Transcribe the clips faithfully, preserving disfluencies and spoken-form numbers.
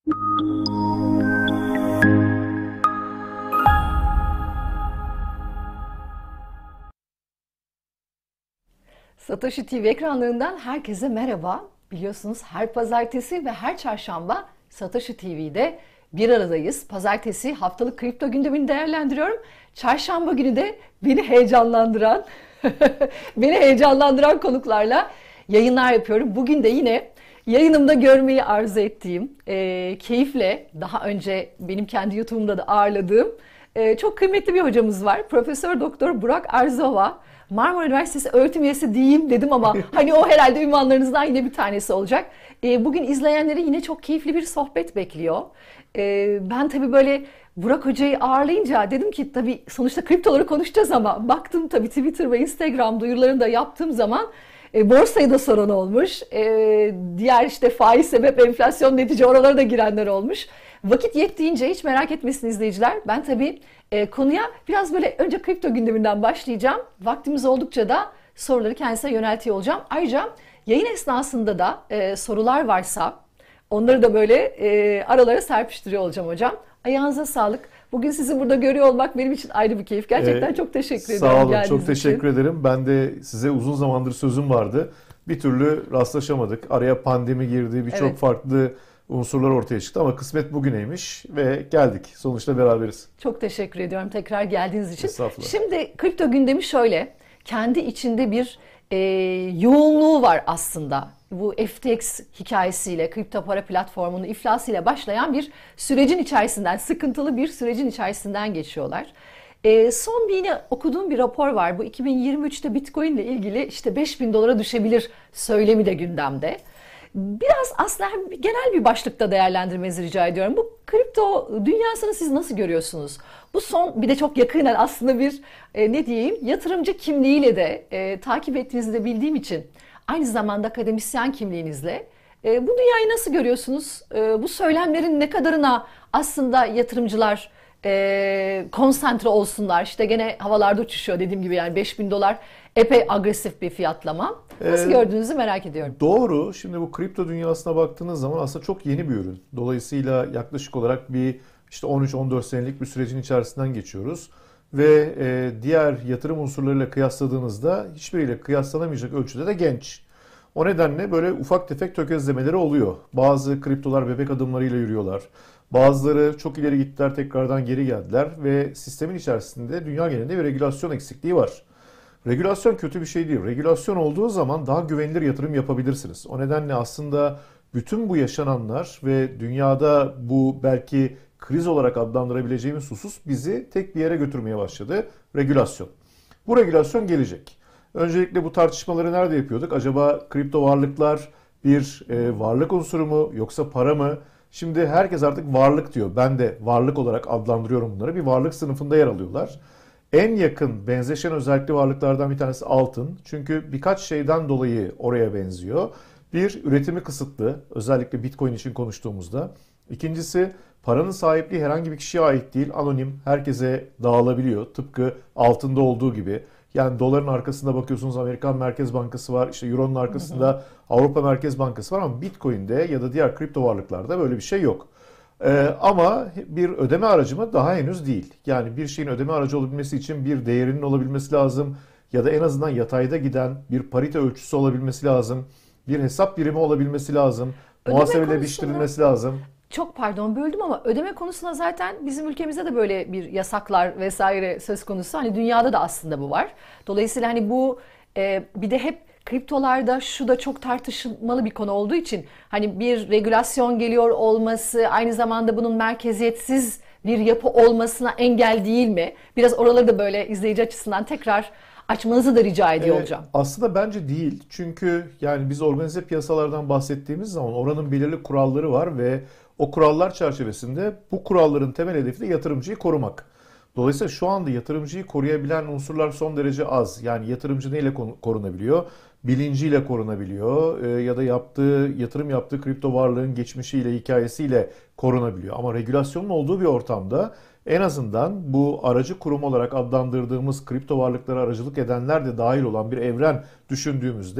Satoshi T V ekranlarından herkese merhaba. Biliyorsunuz her pazartesi ve her çarşamba Satoshi T V'de bir aradayız. Pazartesi haftalık kripto gündemini değerlendiriyorum. Çarşamba günü de beni heyecanlandıran, beni heyecanlandıran konuklarla yayınlar yapıyorum. Bugün de yine yayınımda görmeyi arzu ettiğim, e, keyifle daha önce benim kendi YouTube'umda da ağırladığım e, çok kıymetli bir hocamız var. Profesör Doktor Burak Arzova. Marmara Üniversitesi öğretim üyesi diyeyim dedim ama hani o herhalde ünvanlarınızdan yine bir tanesi olacak. E, bugün izleyenleri yine çok keyifli bir sohbet bekliyor. E, ben tabii böyle Burak Hoca'yı ağırlayınca dedim ki tabii sonuçta kriptoları konuşacağız ama baktım tabii Twitter ve Instagram duyurularını da yaptığım zaman e, borsayı da soran olmuş. E, diğer işte faiz sebep enflasyon netice oralara da girenler olmuş. Vakit yettiğince hiç merak etmesin izleyiciler. Ben tabii e, konuya biraz böyle önce kripto gündeminden başlayacağım. Vaktimiz oldukça da soruları kendisine yöneltiyor olacağım. Ayrıca yayın esnasında da e, sorular varsa onları da böyle e, aralara serpiştiriyor olacağım hocam. Ayağınıza sağlık. Bugün sizi burada görüyor olmak benim için ayrı bir keyif. Gerçekten ee, çok teşekkür ederim. Sağ olun, çok teşekkür için. ederim. Ben de size uzun zamandır sözüm vardı. Bir türlü rastlaşamadık. Araya pandemi girdi, birçok evet. farklı unsurlar ortaya çıktı ama kısmet bugüneymiş ve geldik. Sonuçta beraberiz. Çok teşekkür ediyorum tekrar geldiğiniz için. Estağfurullah. Şimdi kripto gündemi şöyle. Kendi içinde bir e, yoğunluğu var aslında. Bu F T X hikayesiyle, kripto para platformunun iflasıyla başlayan bir sürecin içerisinden, sıkıntılı bir sürecin içerisinden geçiyorlar. E, son bir yine okuduğum bir rapor var. Bu iki bin yirmi üçte Bitcoin ile ilgili işte beş bin dolara düşebilir söylemi de gündemde. Biraz aslında genel bir başlıkta değerlendirmenizi rica ediyorum. Bu kripto dünyasını siz nasıl görüyorsunuz? Bu son bir de çok yakinen aslında bir e, ne diyeyim yatırımcı kimliğiyle de e, takip ettiğinizi de bildiğim için aynı zamanda akademisyen kimliğinizle e, bu dünyayı nasıl görüyorsunuz? E, bu söylemlerin ne kadarına aslında yatırımcılar e, konsantre olsunlar? İşte gene havalarda uçuşuyor dediğim gibi yani beş bin dolar epey agresif bir fiyatlama. Nasıl ee, gördüğünüzü merak ediyorum. Doğru. Şimdi bu kripto dünyasına baktığınız zaman aslında çok yeni bir ürün. Dolayısıyla yaklaşık olarak bir işte on üç on dört senelik bir sürecin içerisinden geçiyoruz. Ve e, diğer yatırım unsurlarıyla kıyasladığınızda hiçbiriyle kıyaslanamayacak ölçüde de genç. O nedenle böyle ufak tefek tökezlemeleri oluyor. Bazı kriptolar bebek adımlarıyla yürüyorlar. Bazıları çok ileri gittiler, tekrardan geri geldiler ve sistemin içerisinde dünya genelinde bir regülasyon eksikliği var. Regülasyon kötü bir şey değil. Regülasyon olduğu zaman daha güvenilir yatırım yapabilirsiniz. O nedenle aslında bütün bu yaşananlar ve dünyada bu belki kriz olarak adlandırabileceğimiz husus bizi tek bir yere götürmeye başladı. Regülasyon. Bu regülasyon gelecek. Öncelikle bu tartışmaları nerede yapıyorduk? Acaba kripto varlıklar bir e, varlık unsuru mu yoksa para mı? Şimdi herkes artık varlık diyor. Ben de varlık olarak adlandırıyorum bunları. Bir varlık sınıfında yer alıyorlar. En yakın benzeşen özellikli varlıklardan bir tanesi altın. Çünkü birkaç şeyden dolayı oraya benziyor. Bir, üretimi kısıtlı. Özellikle Bitcoin için konuştuğumuzda. İkincisi, paranın sahipliği herhangi bir kişiye ait değil. Anonim, herkese dağılabiliyor. Tıpkı altında olduğu gibi. Yani doların arkasında bakıyorsunuz Amerikan Merkez Bankası var. İşte Euro'nun arkasında Avrupa Merkez Bankası var ama Bitcoin'de ya da diğer kripto varlıklarda böyle bir şey yok. Ee, ama bir ödeme aracı mı? Daha henüz değil. Yani bir şeyin ödeme aracı olabilmesi için bir değerinin olabilmesi lazım. Ya da en azından yatayda giden bir parite ölçüsü olabilmesi lazım. Bir hesap birimi olabilmesi lazım. Muhasebeleştirilmesi lazım. Çok pardon böldüm ama ödeme konusunda zaten bizim ülkemizde de böyle bir yasaklar vesaire söz konusu. Hani dünyada da aslında bu var. Dolayısıyla hani bu e, bir de hep kriptolarda şu da çok tartışılmalı bir konu olduğu için hani bir regülasyon geliyor olması aynı zamanda bunun merkeziyetsiz bir yapı olmasına engel değil mi? Biraz oraları da böyle izleyici açısından tekrar açmanızı da rica ediyor olacağım. Ee, aslında bence değil. Çünkü yani biz organize piyasalardan bahsettiğimiz zaman oranın belirli kuralları var ve o kurallar çerçevesinde bu kuralların temel hedefi de yatırımcıyı korumak. Dolayısıyla şu anda yatırımcıyı koruyabilen unsurlar son derece az. Yani yatırımcı neyle korunabiliyor? Bilinciyle korunabiliyor ya da yaptığı yatırım yaptığı kripto varlığın geçmişiyle, hikayesiyle korunabiliyor. Ama regülasyonun olduğu bir ortamda en azından bu aracı kurum olarak adlandırdığımız kripto varlıklara aracılık edenler de dahil olan bir evren düşündüğümüzde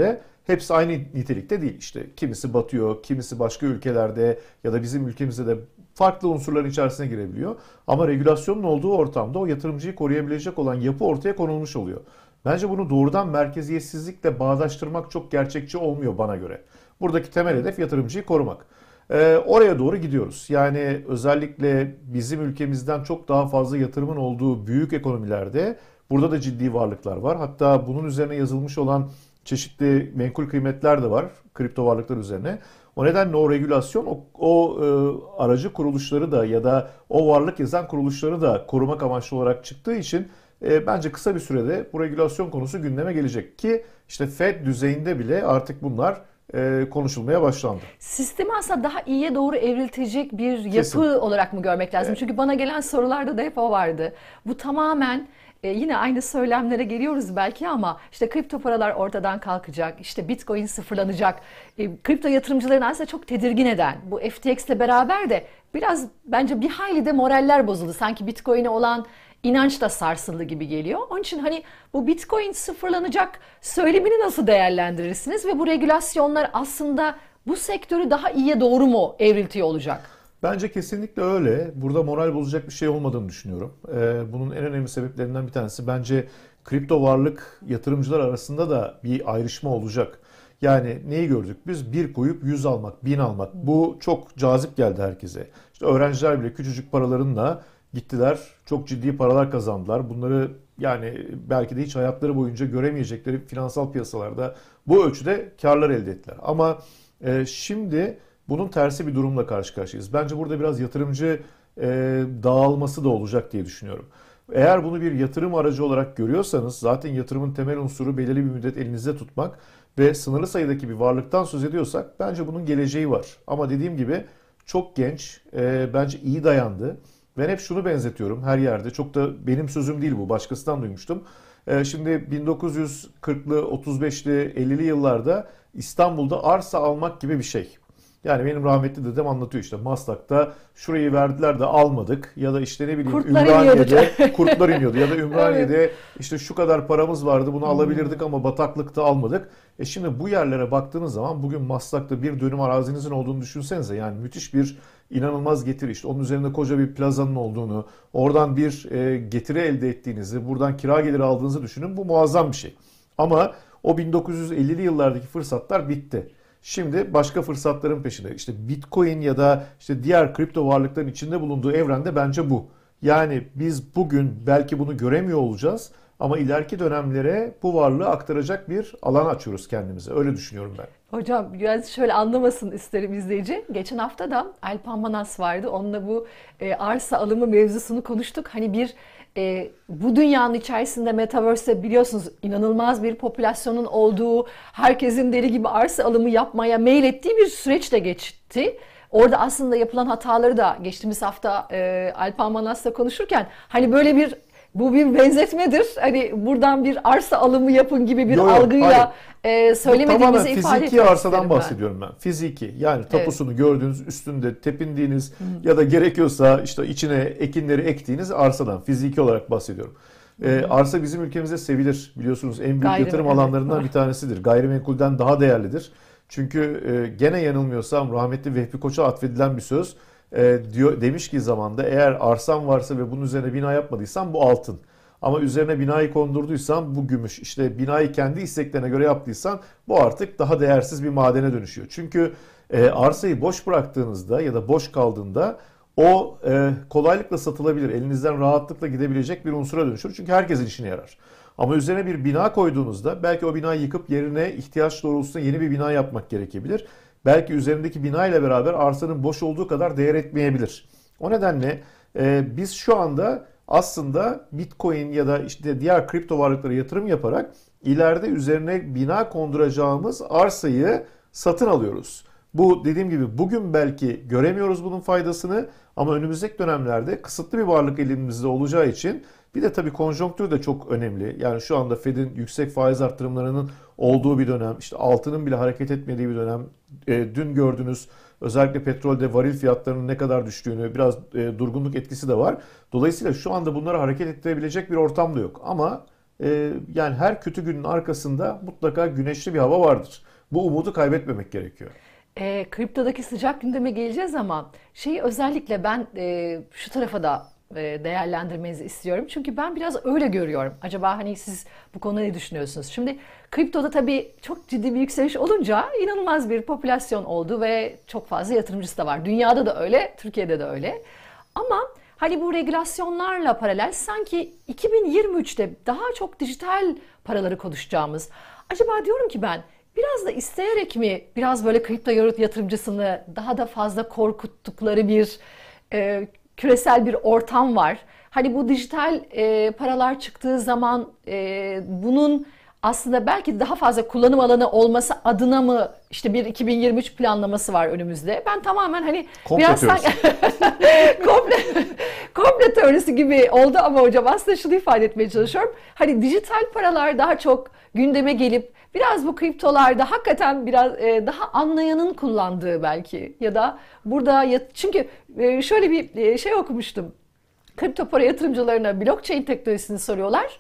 hepsi aynı nitelikte değil. İşte kimisi batıyor, kimisi başka ülkelerde ya da bizim ülkemizde de farklı unsurların içerisine girebiliyor. Ama regülasyonun olduğu ortamda o yatırımcıyı koruyabilecek olan yapı ortaya konulmuş oluyor. Bence bunu doğrudan merkeziyetsizlikle bağdaştırmak çok gerçekçi olmuyor bana göre. Buradaki temel hedef yatırımcıyı korumak. Ee, oraya doğru gidiyoruz. Yani özellikle bizim ülkemizden çok daha fazla yatırımın olduğu büyük ekonomilerde burada da ciddi varlıklar var. Hatta bunun üzerine yazılmış olan çeşitli menkul kıymetler de var kripto varlıklar üzerine. O nedenle o regülasyon o, o e, aracı kuruluşları da ya da o varlık yazan kuruluşları da korumak amaçlı olarak çıktığı için e, bence kısa bir sürede bu regülasyon konusu gündeme gelecek ki işte Fed düzeyinde bile artık bunlar e, konuşulmaya başlandı. Sistemi aslında daha iyiye doğru evriltecek bir yapı Kesin. olarak mı görmek lazım? Evet. Çünkü bana gelen sorularda da hep o vardı. Bu tamamen e, yine aynı söylemlere geliyoruz belki ama işte kripto paralar ortadan kalkacak, işte Bitcoin sıfırlanacak. E, kripto yatırımcılarını aslında çok tedirgin eden bu F T X'le beraber de biraz bence bir hayli de moraller bozuldu. Sanki Bitcoin'e olan inanç da sarsıldı gibi geliyor. Onun için hani bu Bitcoin sıfırlanacak söylemini nasıl değerlendirirsiniz ve bu regülasyonlar aslında bu sektörü daha iyiye doğru mu evriltiyor olacak? Bence kesinlikle öyle. Burada moral bozacak bir şey olmadığını düşünüyorum. Ee, bunun en önemli sebeplerinden bir tanesi bence kripto varlık yatırımcılar arasında da bir ayrışma olacak. Yani neyi gördük? Biz bir koyup yüz almak, bin almak. Bu çok cazip geldi herkese. İşte öğrenciler bile küçücük paralarınla gittiler, çok ciddi paralar kazandılar. Bunları yani belki de hiç hayatları boyunca göremeyecekleri finansal piyasalarda bu ölçüde karlar elde ettiler. Ama e, şimdi bunun tersi bir durumla karşı karşıyayız. Bence burada biraz yatırımcı e, dağılması da olacak diye düşünüyorum. Eğer bunu bir yatırım aracı olarak görüyorsanız zaten yatırımın temel unsuru belirli bir müddet elinizde tutmak ve sınırlı sayıdaki bir varlıktan söz ediyorsak bence bunun geleceği var. Ama dediğim gibi çok genç, e, bence iyi dayandı. Ben hep şunu benzetiyorum her yerde. Çok da benim sözüm değil bu. Başkasından duymuştum. Ee, şimdi bin dokuz yüz kırklı, otuz beşli, ellili yıllarda İstanbul'da arsa almak gibi bir şey. Yani benim rahmetli dedem anlatıyor işte Maslak'ta şurayı verdiler de almadık ya da işte ne bileyim Kurtlar Ümraniye'de kurtlar iniyordu ya da Ümraniye'de işte şu kadar paramız vardı bunu alabilirdik ama bataklıkta almadık. E şimdi bu yerlere baktığınız zaman bugün Maslak'ta bir dönüm arazinizin olduğunu düşünsenize yani müthiş bir inanılmaz getiri işte onun üzerinde koca bir plazanın olduğunu oradan bir e, getiri elde ettiğinizi buradan kira geliri aldığınızı düşünün bu muazzam bir şey. Ama o bin dokuz yüz ellili yıllardaki fırsatlar bitti. Şimdi başka fırsatların peşinde. İşte Bitcoin ya da işte diğer kripto varlıkların içinde bulunduğu evrende bence bu. Yani biz bugün belki bunu göremiyor olacağız ama ileriki dönemlere bu varlığı aktaracak bir alan açıyoruz kendimize. Öyle düşünüyorum ben. Hocam biraz şöyle anlamasın isterim izleyici. Geçen hafta da Alpan Manas vardı. Onunla bu e, arsa alımı mevzusunu konuştuk. Hani bir e, bu dünyanın içerisinde Metaverse'de biliyorsunuz inanılmaz bir popülasyonun olduğu, herkesin deli gibi arsa alımı yapmaya meylettiği bir süreç de geçti. Orada aslında yapılan hataları da geçtiğimiz hafta e, Alpan Manas'la konuşurken hani böyle bir bu bir benzetmedir. Hani buradan bir arsa alımı yapın gibi bir Yo, yo, algıyla e, söylemediğimizi ifade etmek fiziki arsadan isterim ben. bahsediyorum ben. Fiziki yani tapusunu evet. gördüğünüz üstünde tepindiğiniz Hı-hı. ya da gerekiyorsa işte içine ekinleri ektiğiniz arsadan fiziki olarak bahsediyorum. Ee, arsa bizim ülkemizde sevilir biliyorsunuz en büyük Gayri, yatırım evet. alanlarından bir tanesidir. Gayrimenkulden daha değerlidir. Çünkü e, gene yanılmıyorsam rahmetli Vehbi Koç'a atfedilen bir söz. E, diyor, demiş ki zamanda eğer arsan varsa ve bunun üzerine bina yapmadıysan bu altın. Ama üzerine binayı kondurduysan bu gümüş. İşte binayı kendi isteklerine göre yaptıysan bu artık daha değersiz bir madene dönüşüyor. Çünkü e, arsayı boş bıraktığınızda ya da boş kaldığında o e, kolaylıkla satılabilir. Elinizden rahatlıkla gidebilecek bir unsura dönüşür. Çünkü herkesin işine yarar. Ama üzerine bir bina koyduğunuzda belki o binayı yıkıp yerine ihtiyaç doğrultusunda yeni bir bina yapmak gerekebilir. Belki üzerindeki bina ile beraber arsanın boş olduğu kadar değer etmeyebilir. O nedenle e, biz şu anda aslında Bitcoin ya da işte diğer kripto varlıklara yatırım yaparak ileride üzerine bina konduracağımız arsayı satın alıyoruz. Bu dediğim gibi bugün belki göremiyoruz bunun faydasını ama önümüzdeki dönemlerde kısıtlı bir varlık elimizde olacağı için bir de tabii konjonktür de çok önemli. Yani şu anda Fed'in yüksek faiz arttırımlarının olduğu bir dönem, işte altının bile hareket etmediği bir dönem. E, dün gördünüz özellikle petrolde varil fiyatlarının ne kadar düştüğünü, biraz e, durgunluk etkisi de var. Dolayısıyla şu anda bunları hareket ettirebilecek bir ortam da yok. Ama e, yani her kötü günün arkasında mutlaka güneşli bir hava vardır. Bu umudu kaybetmemek gerekiyor. E, kriptodaki sıcak gündeme geleceğiz ama şeyi özellikle ben e, şu tarafa da e, değerlendirmenizi istiyorum. Çünkü ben biraz öyle görüyorum. Acaba hani siz bu konuda ne düşünüyorsunuz? Şimdi kriptoda tabii çok ciddi bir yükseliş olunca inanılmaz bir popülasyon oldu ve çok fazla yatırımcısı da var. Dünyada da öyle, Türkiye'de de öyle. Ama hani bu regülasyonlarla paralel sanki iki bin yirmi üçte daha çok dijital paraları konuşacağımız. Acaba diyorum ki ben biraz da isteyerek mi biraz böyle kripto yatırımcısını daha da fazla korkuttukları bir e, küresel bir ortam var. Hani bu dijital e, paralar çıktığı zaman e, bunun aslında belki daha fazla kullanım alanı olması adına mı işte bir iki bin yirmi üç planlaması var önümüzde. Ben tamamen hani Komple biraz sanki komple, komple teorisi gibi oldu ama hocam aslında şunu ifade etmeye çalışıyorum. Hani dijital paralar daha çok gündeme gelip biraz bu kriptolarda hakikaten biraz e, daha anlayanın kullandığı belki ya da burada ya, çünkü e, şöyle bir e, şey okumuştum. Kripto para yatırımcılarına blockchain teknolojisini soruyorlar.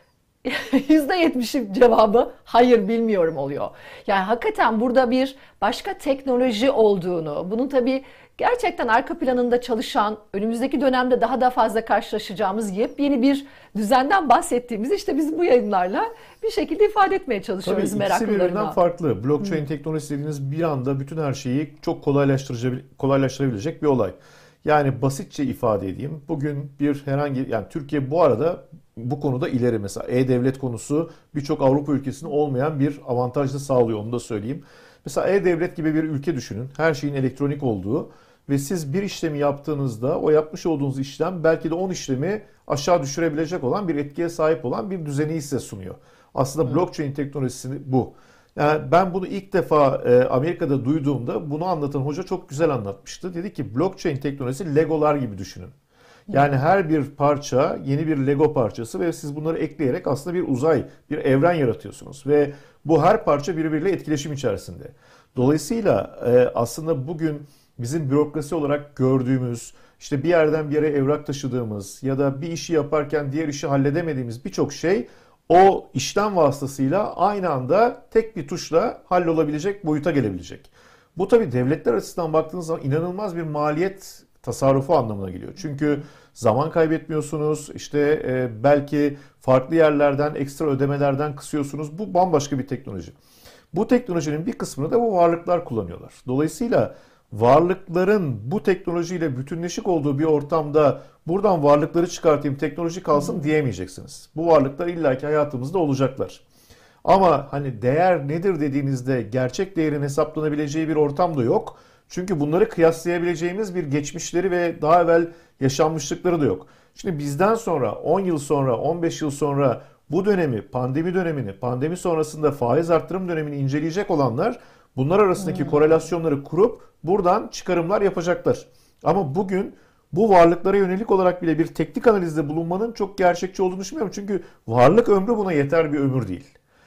yüzde yetmişi cevabı hayır bilmiyorum oluyor. Yani hakikaten burada bir başka teknoloji olduğunu, bunun tabii gerçekten arka planında çalışan, önümüzdeki dönemde daha da fazla karşılaşacağımız yepyeni bir düzenden bahsettiğimiz işte biz bu yayınlarla bir şekilde ifade etmeye çalışıyoruz Tabii meraklılarına. ikisi birbirinden farklı. Blockchain teknolojisi dediğiniz bir anda bütün her şeyi çok kolaylaştırabilecek bir olay. Yani basitçe ifade edeyim. Bugün bir herhangi yani Türkiye bu arada bu konuda ileri mesela e-devlet konusu birçok Avrupa ülkesinde olmayan bir avantaj da sağlıyor onu da söyleyeyim. Mesela e-devlet gibi bir ülke düşünün. Her şeyin elektronik olduğu ve siz bir işlemi yaptığınızda o yapmış olduğunuz işlem belki de on işlemi aşağı düşürebilecek olan bir etkiye sahip olan bir düzeni size sunuyor. Aslında blockchain teknolojisi bu. Yani ben bunu ilk defa e, Amerika'da duyduğumda bunu anlatan hoca çok güzel anlatmıştı. Dedi ki blockchain teknolojisi Legolar gibi düşünün. Yani her bir parça yeni bir Lego parçası ve siz bunları ekleyerek aslında bir uzay, bir evren yaratıyorsunuz. Ve bu her parça birbiriyle etkileşim içerisinde. Dolayısıyla e, aslında bugün bizim bürokrasi olarak gördüğümüz, işte bir yerden bir yere evrak taşıdığımız ya da bir işi yaparken diğer işi halledemediğimiz birçok şey o işlem vasıtasıyla aynı anda tek bir tuşla hallolabilecek boyuta gelebilecek. Bu tabii devletler açısından baktığınız zaman inanılmaz bir maliyet tasarrufu anlamına geliyor. Çünkü zaman kaybetmiyorsunuz, işte e, belki farklı yerlerden ekstra ödemelerden kısıyorsunuz. Bu bambaşka bir teknoloji. Bu teknolojinin bir kısmını da bu varlıklar kullanıyorlar. Dolayısıyla varlıkların bu teknolojiyle bütünleşik olduğu bir ortamda buradan varlıkları çıkartayım, teknoloji kalsın diyemeyeceksiniz. Bu varlıklar illaki hayatımızda olacaklar. Ama hani değer nedir dediğinizde gerçek değerin hesaplanabileceği bir ortam da yok. Çünkü bunları kıyaslayabileceğimiz bir geçmişleri ve daha evvel yaşanmışlıkları da yok. Şimdi bizden sonra on yıl sonra, on beş yıl sonra bu dönemi, pandemi dönemini, pandemi sonrasında faiz arttırım dönemini inceleyecek olanlar bunlar arasındaki korelasyonları kurup buradan çıkarımlar yapacaklar. Ama bugün bu varlıklara yönelik olarak bile bir teknik analizde bulunmanın çok gerçekçi olduğunu düşünmüyorum. Çünkü varlık ömrü buna yeter bir ömür değil.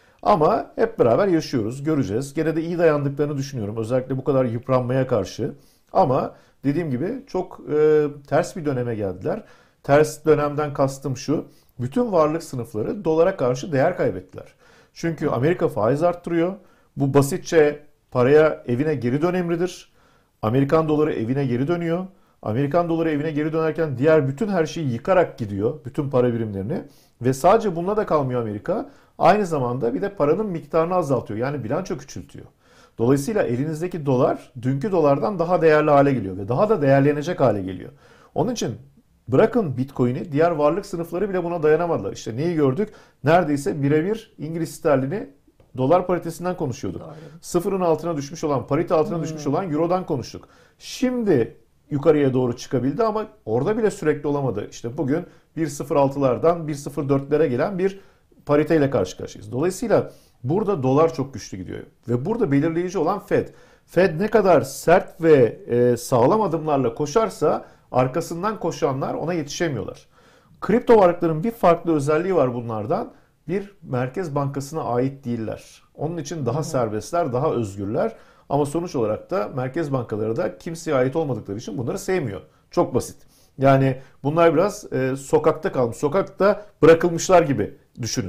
Ama hep beraber yaşıyoruz, göreceğiz. Gene de iyi dayandıklarını düşünüyorum. Özellikle bu kadar yıpranmaya karşı. Ama dediğim gibi çok e, ters bir döneme geldiler. Ters dönemden kastım şu. Bütün varlık sınıfları dolara karşı değer kaybettiler. Çünkü Amerika faiz arttırıyor. Bu basitçe paraya evine geri dön emridir. Amerikan doları evine geri dönüyor. Amerikan doları evine geri dönerken diğer bütün her şeyi yıkarak gidiyor. Bütün para birimlerini. Ve sadece bununla da kalmıyor Amerika. Aynı zamanda bir de paranın miktarını azaltıyor. Yani bilanço küçültüyor. Dolayısıyla elinizdeki dolar dünkü dolardan daha değerli hale geliyor. Ve daha da değerlenecek hale geliyor. Onun için bırakın Bitcoin'i, diğer varlık sınıfları bile buna dayanamadılar. İşte neyi gördük? Neredeyse birebir İngiliz sterlini dolar paritesinden konuşuyorduk. Doğru. Sıfırın altına düşmüş olan, parite altına hmm. düşmüş olan Euro'dan konuştuk. Şimdi yukarıya doğru çıkabildi ama orada bile sürekli olamadı. İşte bugün bir nokta sıfır altılardan bir nokta sıfır dörtlere gelen bir pariteyle karşı karşıyayız. Dolayısıyla burada dolar çok güçlü gidiyor. Ve burada belirleyici olan Fed. Fed ne kadar sert ve e, sağlam adımlarla koşarsa arkasından koşanlar ona yetişemiyorlar. Kripto varlıkların bir farklı özelliği var bunlardan. Bir, merkez bankasına ait değiller. Onun için daha serbestler, daha özgürler. Ama sonuç olarak da merkez bankaları da kimseye ait olmadıkları için bunları sevmiyor. Çok basit. Yani bunlar biraz e, sokakta kalmış, sokakta bırakılmışlar gibi düşünün.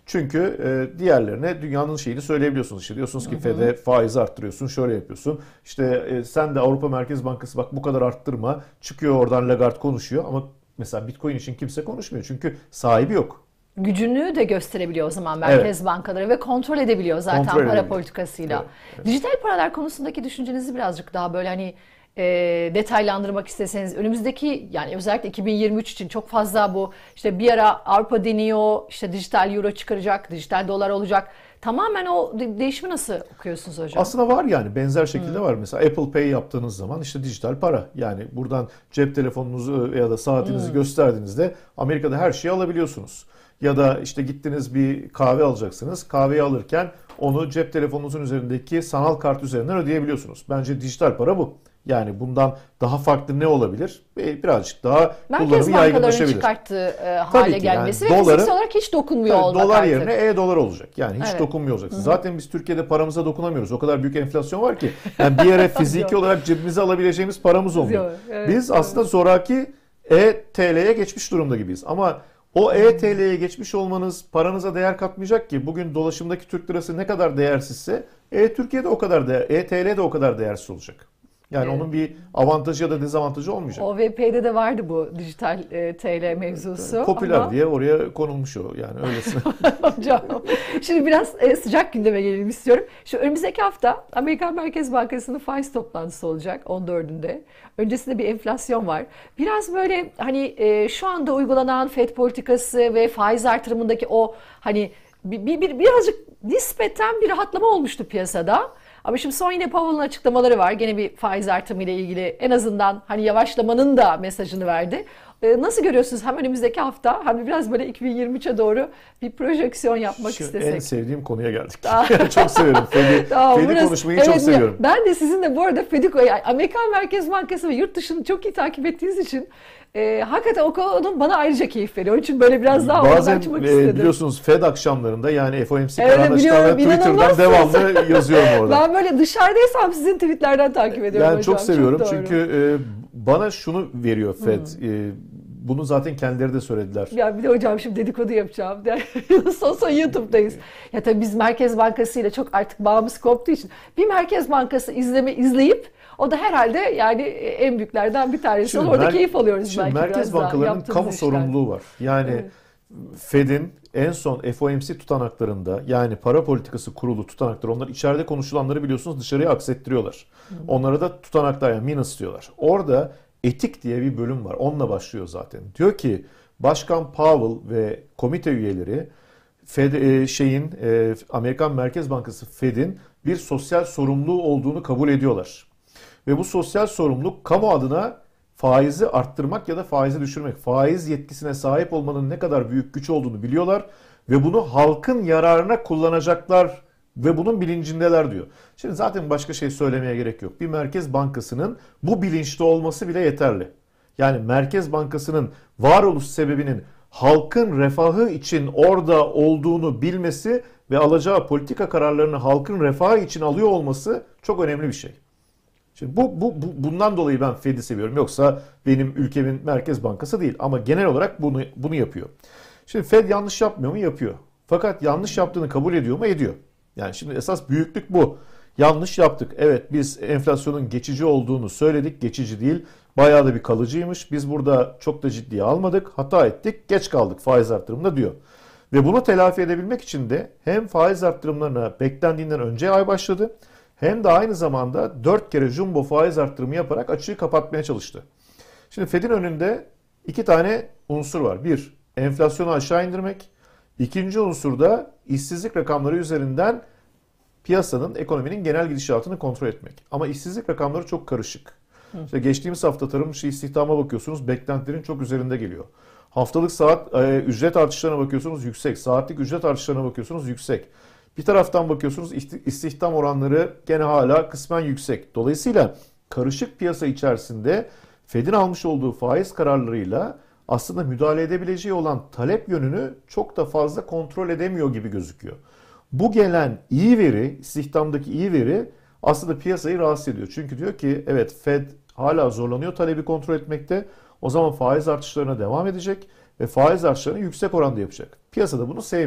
Çünkü e, diğerlerine dünyanın şeyini söyleyebiliyorsunuz. İşte diyorsunuz ki Fed'e faizi arttırıyorsun, şöyle yapıyorsun. İşte e, sen de Avrupa Merkez Bankası bak bu kadar arttırma. Çıkıyor oradan Lagarde konuşuyor ama mesela Bitcoin için kimse konuşmuyor. Çünkü sahibi yok. Gücünü de gösterebiliyor o zaman merkez Evet. bankaları ve kontrol edebiliyor zaten Kontrol para edebiliyor. politikasıyla. Evet, evet. Dijital paralar konusundaki düşüncenizi birazcık daha böyle hani e, detaylandırmak isteseniz önümüzdeki yani özellikle iki bin yirmi üç için çok fazla bu işte bir ara Avrupa deniyor işte dijital euro çıkaracak, dijital dolar olacak. Tamamen o de- değişimi nasıl okuyorsunuz hocam? Aslında var yani benzer şekilde var. Mesela Apple Pay yaptığınız zaman işte dijital para. Yani buradan cep telefonunuzu ya da saatinizi gösterdiğinizde Amerika'da her şeyi alabiliyorsunuz. Ya da işte gittiniz bir kahve alacaksınız. Kahveyi alırken onu cep telefonunuzun üzerindeki sanal kart üzerinden ödeyebiliyorsunuz. Bence dijital para bu. Yani bundan daha farklı ne olabilir? E, Birazcık daha Merkez kullanımı bankalarının yaygınlaşabilir. çıkarttığı e, Tabii hale ki yani gelmesi ve doları- fiziksel olarak hiç dokunmuyor Tabii olmak dolar artık. yerine e-dolar olacak. Yani hiç Evet. dokunmuyor olacaksın. Zaten biz Türkiye'de paramıza dokunamıyoruz. O kadar büyük enflasyon var ki. Yani bir yere fiziki olarak cebimize alabileceğimiz paramız olmuyor. Yok, evet, Biz aslında zoraki e-T L'ye geçmiş durumda gibiyiz. Ama o e-T L'ye geçmiş olmanız paranıza değer katmayacak ki. Bugün dolaşımdaki Türk lirası ne kadar değersizse e-Türkiye'de o kadar değer, e-T L de o kadar değersiz olacak. Yani Evet. onun bir avantajı ya da dezavantajı olmayacak. O V P'de de vardı bu dijital e, T L mevzusu. Popüler ama- diye oraya konulmuş o yani öylesine. Hocam, şimdi biraz e, sıcak gündeme gelelim istiyorum. Şu önümüzdeki hafta Amerikan Merkez Bankası'nın faiz toplantısı olacak on dördünde. Öncesinde bir enflasyon var. Biraz böyle hani e, şu anda uygulanan Fed politikası ve faiz artırımındaki o hani bir, bir, bir- birazcık nispeten bir rahatlama olmuştu piyasada. Ama şimdi son yine Powell'ın açıklamaları var. Gene bir faiz artımı ile ilgili en azından hani yavaşlamanın da mesajını verdi. Ee, nasıl görüyorsunuz hem önümüzdeki hafta hem de biraz böyle iki bin yirmi üçe doğru bir projeksiyon yapmak Şu istesek. en sevdiğim konuya geldik. Çok seviyorum. Fed'i Tamam, Fed'i burası- konuşmayı evet, çok seviyorum. Ben de sizinle bu arada Fed'i, yani Amerikan Merkez Bankası ve yurt dışını çok iyi takip ettiğiniz için e, hakikaten o konunun bana ayrıca keyif veriyor. Onun için böyle biraz daha oradan Bazen açmak e, istedim. biliyorsunuz Fed akşamlarında yani F O M C Evet, kararını biliyorum, açıklarken Twitter'dan inanılmazsınız. devamlı yazıyorum orada. Ben böyle dışarıdaysam sizin tweetlerden takip ediyorum Yani hocam. çok seviyorum doğru. çünkü e, bana şunu veriyor Fed. E, bunu zaten kendileri de söylediler. Ya bir de hocam şimdi dedikodu yapacağım. son son YouTube'dayız. Ya tabii biz Merkez Bankası ile çok artık bağımız koptuğu için bir Merkez Bankası izleme izleyip o da herhalde yani en büyüklerden bir tanesi. Şimdi Orada mer- keyif alıyoruz Şimdi belki merkez biraz daha bankalarının yaptığımız kamu işler. sorumluluğu var. Yani Evet. Fed'in en son F O M C tutanaklarında yani para politikası kurulu tutanakları onlar içeride konuşulanları biliyorsunuz dışarıya aksettiriyorlar. Onlara da tutanaklar yani minutes diyorlar. Orada etik diye bir bölüm var. Onunla başlıyor zaten. Diyor ki Başkan Powell ve komite üyeleri Fed e, şeyin e, Amerikan Merkez Bankası Fed'in bir sosyal sorumluluğu olduğunu kabul ediyorlar. Ve bu sosyal sorumluluk kamu adına faizi arttırmak ya da faizi düşürmek, faiz yetkisine sahip olmanın ne kadar büyük güç olduğunu biliyorlar ve bunu halkın yararına kullanacaklar ve bunun bilincindeler diyor. Şimdi zaten başka şey söylemeye gerek yok. Bir merkez bankasının bu bilinçli olması bile yeterli. Yani Merkez Bankası'nın varoluş sebebinin halkın refahı için orada olduğunu bilmesi ve alacağı politika kararlarını halkın refahı için alıyor olması çok önemli bir şey. Şimdi bu, bu, bu bundan dolayı ben Fed'i seviyorum. Yoksa benim ülkemin Merkez Bankası değil ama genel olarak bunu bunu yapıyor. Şimdi Fed yanlış yapmıyor mu? Yapıyor. Fakat yanlış yaptığını kabul ediyor mu? Ediyor. Yani şimdi esas büyüklük bu. Yanlış yaptık. Evet biz enflasyonun geçici olduğunu söyledik. Geçici değil. Bayağı da bir kalıcıymış. Biz burada çok da ciddiye almadık. Hata ettik. Geç kaldık faiz artırımında diyor. Ve bunu telafi edebilmek için de hem faiz artırımlarına beklendiğinden önce ay başladı hem de aynı zamanda dört kere jumbo faiz artırımı yaparak açığı kapatmaya çalıştı. Şimdi Fed'in önünde iki tane unsur var. Bir, enflasyonu aşağı indirmek. İkinci unsur da işsizlik rakamları üzerinden piyasanın, ekonominin genel gidişatını kontrol etmek. Ama işsizlik rakamları çok karışık. İşte geçtiğimiz hafta tarım dışı istihdama bakıyorsunuz, beklentilerin çok üzerinde geliyor. Haftalık saat e, ücret artışlarına bakıyorsunuz yüksek. Saatlik ücret artışlarına bakıyorsunuz yüksek. Bir taraftan bakıyorsunuz istihdam oranları gene hala kısmen yüksek. Dolayısıyla karışık piyasa içerisinde Fed'in almış olduğu faiz kararlarıyla aslında müdahale edebileceği olan talep yönünü çok da fazla kontrol edemiyor gibi gözüküyor. Bu gelen iyi veri, istihdamdaki iyi veri aslında piyasayı rahatsız ediyor. Çünkü diyor ki evet Fed hala zorlanıyor talebi kontrol etmekte. O zaman faiz artışlarına devam edecek ve faiz artışlarını yüksek oranda yapacak. Piyasa da bunu sevmiyor.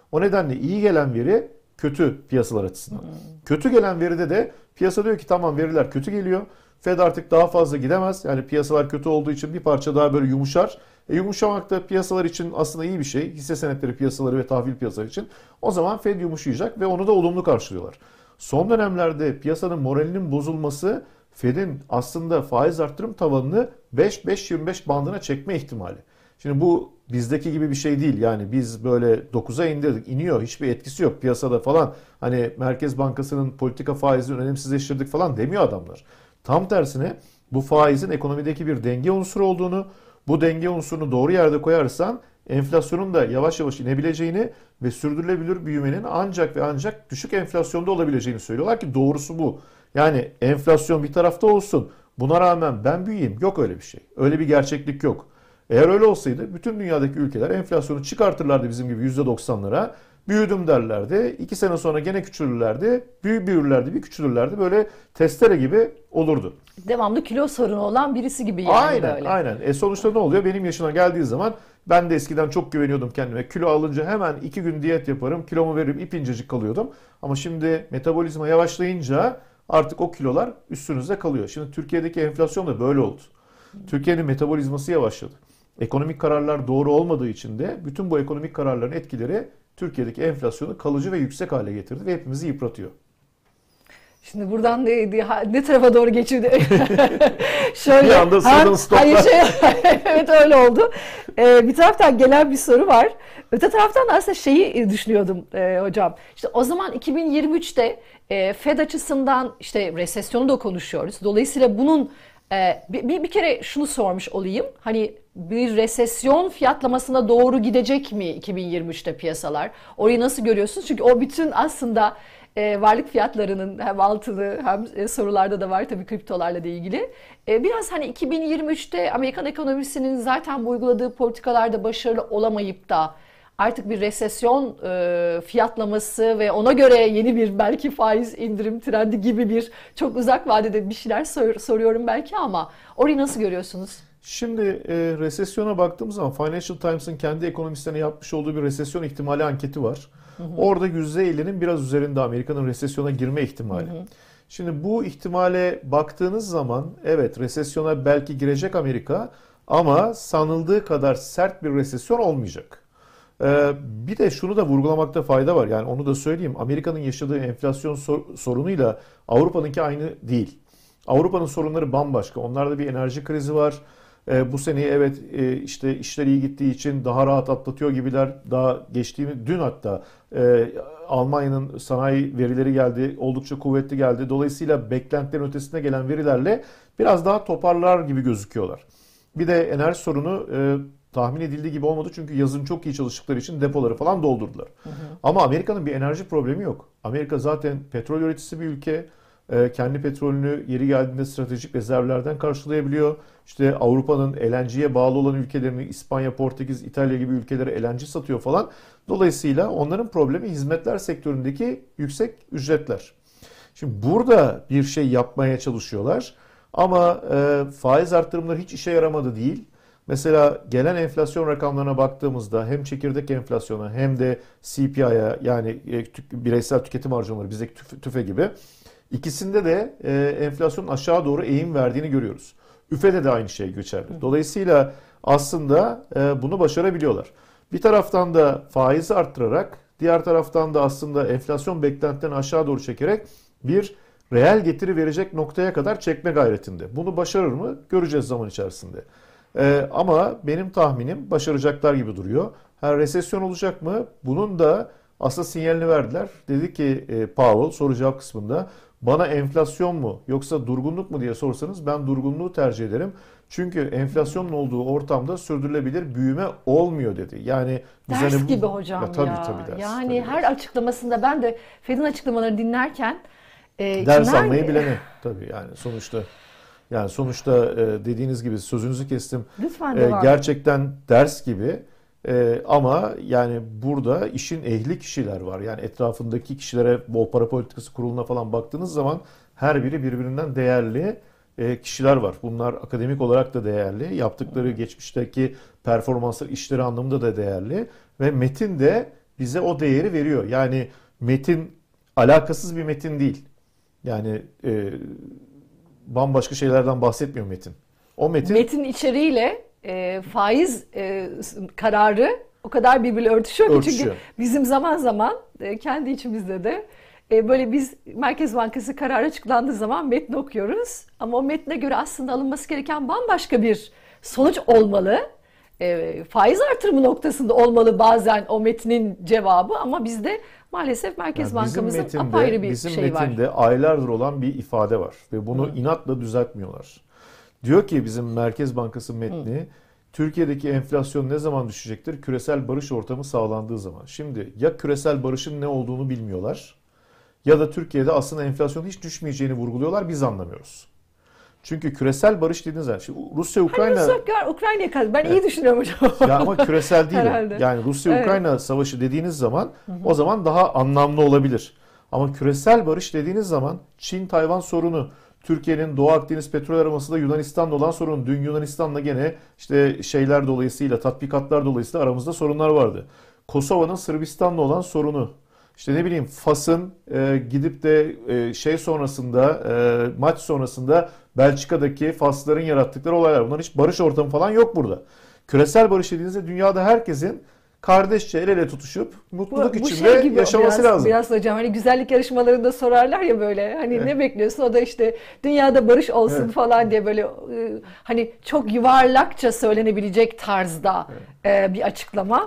O nedenle iyi gelen veri kötü piyasalar açısından. Hmm. Kötü gelen veride de piyasa diyor ki tamam veriler kötü geliyor. Fed artık daha fazla gidemez. Yani piyasalar kötü olduğu için bir parça daha böyle yumuşar. E yumuşamak da piyasalar için aslında iyi bir şey. Hisse senetleri piyasaları ve tahvil piyasaları için. O zaman Fed yumuşayacak ve onu da olumlu karşılıyorlar. Son dönemlerde piyasanın moralinin bozulması Fed'in aslında faiz arttırım tavanını beş beş yirmi beş bandına çekme ihtimali. Şimdi bu bizdeki gibi bir şey değil. Yani biz böyle dokuza indirdik, iniyor. Hiçbir etkisi yok piyasada falan. Hani Merkez Bankası'nın politika faizini önemsizleştirdik falan demiyor adamlar. Tam tersine bu faizin ekonomideki bir denge unsuru olduğunu, bu denge unsurunu doğru yerde koyarsan enflasyonun da yavaş yavaş inebileceğini ve sürdürülebilir büyümenin ancak ve ancak düşük enflasyonda olabileceğini söylüyorlar ki doğrusu bu. Yani enflasyon bir tarafta olsun, buna rağmen ben büyüyeyim. Yok öyle bir şey. Öyle bir gerçeklik yok. Eğer öyle olsaydı bütün dünyadaki ülkeler enflasyonu çıkartırlardı bizim gibi yüzde doksanlara. Büyüdüm derlerdi. iki sene sonra gene küçülürlerdi. Büyü büyürlerdi, bir küçülürlerdi. Böyle testere gibi olurdu. Devamlı kilo sorunu olan birisi gibi yani aynen, böyle. Aynen. E sonuçta ne oluyor? Benim yaşına geldiği zaman ben de eskiden çok güveniyordum kendime. Kilo alınca hemen iki gün diyet yaparım. Kilomu veririm, ip incecik kalıyordum. Ama şimdi metabolizma yavaşlayınca artık o kilolar üstünüzde kalıyor. Şimdi Türkiye'deki enflasyon da böyle oldu. Türkiye'nin metabolizması yavaşladı. Ekonomik kararlar doğru olmadığı için de bütün bu ekonomik kararların etkileri Türkiye'deki enflasyonu kalıcı ve yüksek hale getirdi ve hepimizi yıpratıyor. Şimdi buradan ne, ne tarafa doğru geçildi? Şöyle. Bir anda sudden stoplar. Hayır, şey, evet öyle oldu. Ee, bir taraftan gelen bir soru var. Öte taraftan da aslında şeyi düşünüyordum e, hocam. İşte o zaman iki bin yirmi üçte e, Fed açısından işte resesyonu da konuşuyoruz. Dolayısıyla bunun e, bir, bir kere şunu sormuş olayım. Hani bir resesyon fiyatlamasına doğru gidecek mi iki bin yirmi üçte piyasalar? Orayı nasıl görüyorsunuz? Çünkü o bütün aslında e, varlık fiyatlarının hem altılı hem e, sorularda da var tabii kriptolarla da ilgili. E, biraz hani iki bin yirmi üçte Amerikan ekonomisinin zaten bu uyguladığı politikalarda başarılı olamayıp da artık bir resesyon e, fiyatlaması ve ona göre yeni bir belki faiz indirim trendi gibi bir çok uzak vadede bir şeyler sor, soruyorum belki ama orayı nasıl görüyorsunuz? Şimdi e, resesyona baktığımız zaman Financial Times'ın kendi ekonomistlerine yapmış olduğu bir resesyon ihtimali anketi var. Hı hı. Orada yüzde ellinin biraz üzerinde Amerika'nın resesyona girme ihtimali. Hı hı. Şimdi bu ihtimale baktığınız zaman evet resesyona belki girecek Amerika ama sanıldığı kadar sert bir resesyon olmayacak. Ee, bir de şunu da vurgulamakta fayda var. Yani onu da söyleyeyim. Amerika'nın yaşadığı enflasyon sor- sorunuyla Avrupa'nınki aynı değil. Avrupa'nın sorunları bambaşka. Onlarda bir enerji krizi var. E, bu seneyi evet e, işte işler iyi gittiği için daha rahat atlatıyor gibiler. Daha geçtiğimiz dün hatta e, Almanya'nın sanayi verileri geldi. Oldukça kuvvetli geldi. Dolayısıyla beklentilerin ötesine gelen verilerle biraz daha toparlar gibi gözüküyorlar. Bir de enerji sorunu e, tahmin edildiği gibi olmadı. Çünkü yazın çok iyi çalıştıkları için depoları falan doldurdular. Hı hı. Ama Amerika'nın bir enerji problemi yok. Amerika zaten petrol üreticisi bir ülke. Kendi petrolünü yeri geldiğinde stratejik rezervlerden karşılayabiliyor. İşte Avrupa'nın L N G'ye bağlı olan ülkelerini İspanya, Portekiz, İtalya gibi ülkelere L N G satıyor falan. Dolayısıyla onların problemi hizmetler sektöründeki yüksek ücretler. Şimdi burada bir şey yapmaya çalışıyorlar ama e, faiz arttırımları hiç işe yaramadı değil. Mesela gelen enflasyon rakamlarına baktığımızda hem çekirdek enflasyona hem de C P I'ye yani bireysel tüketim harcamaları bizdeki tüfe gibi İkisinde de e, enflasyonun aşağı doğru eğim verdiğini görüyoruz. Üfede de aynı şey geçerli. Dolayısıyla aslında e, bunu başarabiliyorlar. Bir taraftan da faizi arttırarak, diğer taraftan da aslında enflasyon beklentilerini aşağı doğru çekerek bir reel getiri verecek noktaya kadar çekme gayretinde. Bunu başarır mı? Göreceğiz zaman içerisinde. E, ama benim tahminim başaracaklar gibi duruyor. Ha, resesyon olacak mı? Bunun da aslında sinyalini verdiler. Dedi ki e, Powell soru cevap kısmında bana enflasyon mu yoksa durgunluk mu diye sorsanız ben durgunluğu tercih ederim. Çünkü enflasyonun olduğu ortamda sürdürülebilir büyüme olmuyor dedi. Yani biz ders hani bu, gibi hocam ya. Tabii tabii ders. Yani tabii her ders. açıklamasında ben de Fed'in açıklamalarını dinlerken e, ders nerede? Almayı bilene tabii yani sonuçta yani sonuçta e, dediğiniz gibi sözünüzü kestim. Lütfen e, gerçekten ders gibi. Ee, ama yani burada işin ehli kişiler var. Yani etrafındaki kişilere bol para politikası kuruluna falan baktığınız zaman her biri birbirinden değerli e, kişiler var. Bunlar akademik olarak da değerli. Yaptıkları geçmişteki performanslar, işleri anlamında da değerli. Ve metin de bize o değeri veriyor. Yani metin alakasız bir metin değil. Yani e, bambaşka şeylerden bahsetmiyor metin. O metin Metin içeriğiyle e, faiz e, kararı o kadar birbiriyle örtüşüyor ki. örtüşüyor. Çünkü bizim zaman zaman e, kendi içimizde de e, böyle biz Merkez Bankası kararı açıklandığı zaman metni okuyoruz. Ama o metne göre aslında alınması gereken bambaşka bir sonuç olmalı. E, faiz artırımı noktasında olmalı bazen o metnin cevabı, ama bizde maalesef Merkez Yani bizim Bankamızın metinde, apayrı bir bizim şey var. metinde aylardır olan bir ifade var ve bunu Hı. inatla düzeltmiyorlar. Diyor ki bizim Merkez Bankası metni, Hı. Türkiye'deki enflasyon ne zaman düşecektir? Küresel barış ortamı sağlandığı zaman. Şimdi ya küresel barışın ne olduğunu bilmiyorlar ya da Türkiye'de aslında enflasyon hiç düşmeyeceğini vurguluyorlar, biz anlamıyoruz. Çünkü küresel barış dediğiniz zaman, şimdi Rusya Ukrayna Hani Rusya Ukrayna'ya kadar ben evet. iyi düşünüyorum hocam. Ya ama küresel değil Herhalde. o. Yani Rusya Ukrayna evet. savaşı dediğiniz zaman hı hı. o zaman daha anlamlı olabilir. Ama küresel barış dediğiniz zaman Çin Tayvan sorunu, Türkiye'nin Doğu Akdeniz petrol aramasında Yunanistan'da olan sorun. Dün Yunanistan'la gene işte şeyler dolayısıyla, tatbikatlar dolayısıyla aramızda sorunlar vardı. Kosova'nın Sırbistan'la olan sorunu. İşte ne bileyim Fas'ın e, gidip de e, şey sonrasında e, maç sonrasında Belçika'daki Fasların yarattıkları olaylar. Bunların hiç barış ortamı falan yok burada. Küresel barış dediğinizde dünyada herkesin kardeşçe el ele tutuşup mutluluk bu, bu içinde şey yaşaması biraz, lazım. Biraz hocam hani güzellik yarışmalarında sorarlar ya böyle hani evet. ne bekliyorsun, o da işte dünyada barış olsun evet. falan diye böyle hani çok yuvarlakça söylenebilecek tarzda evet. bir açıklama.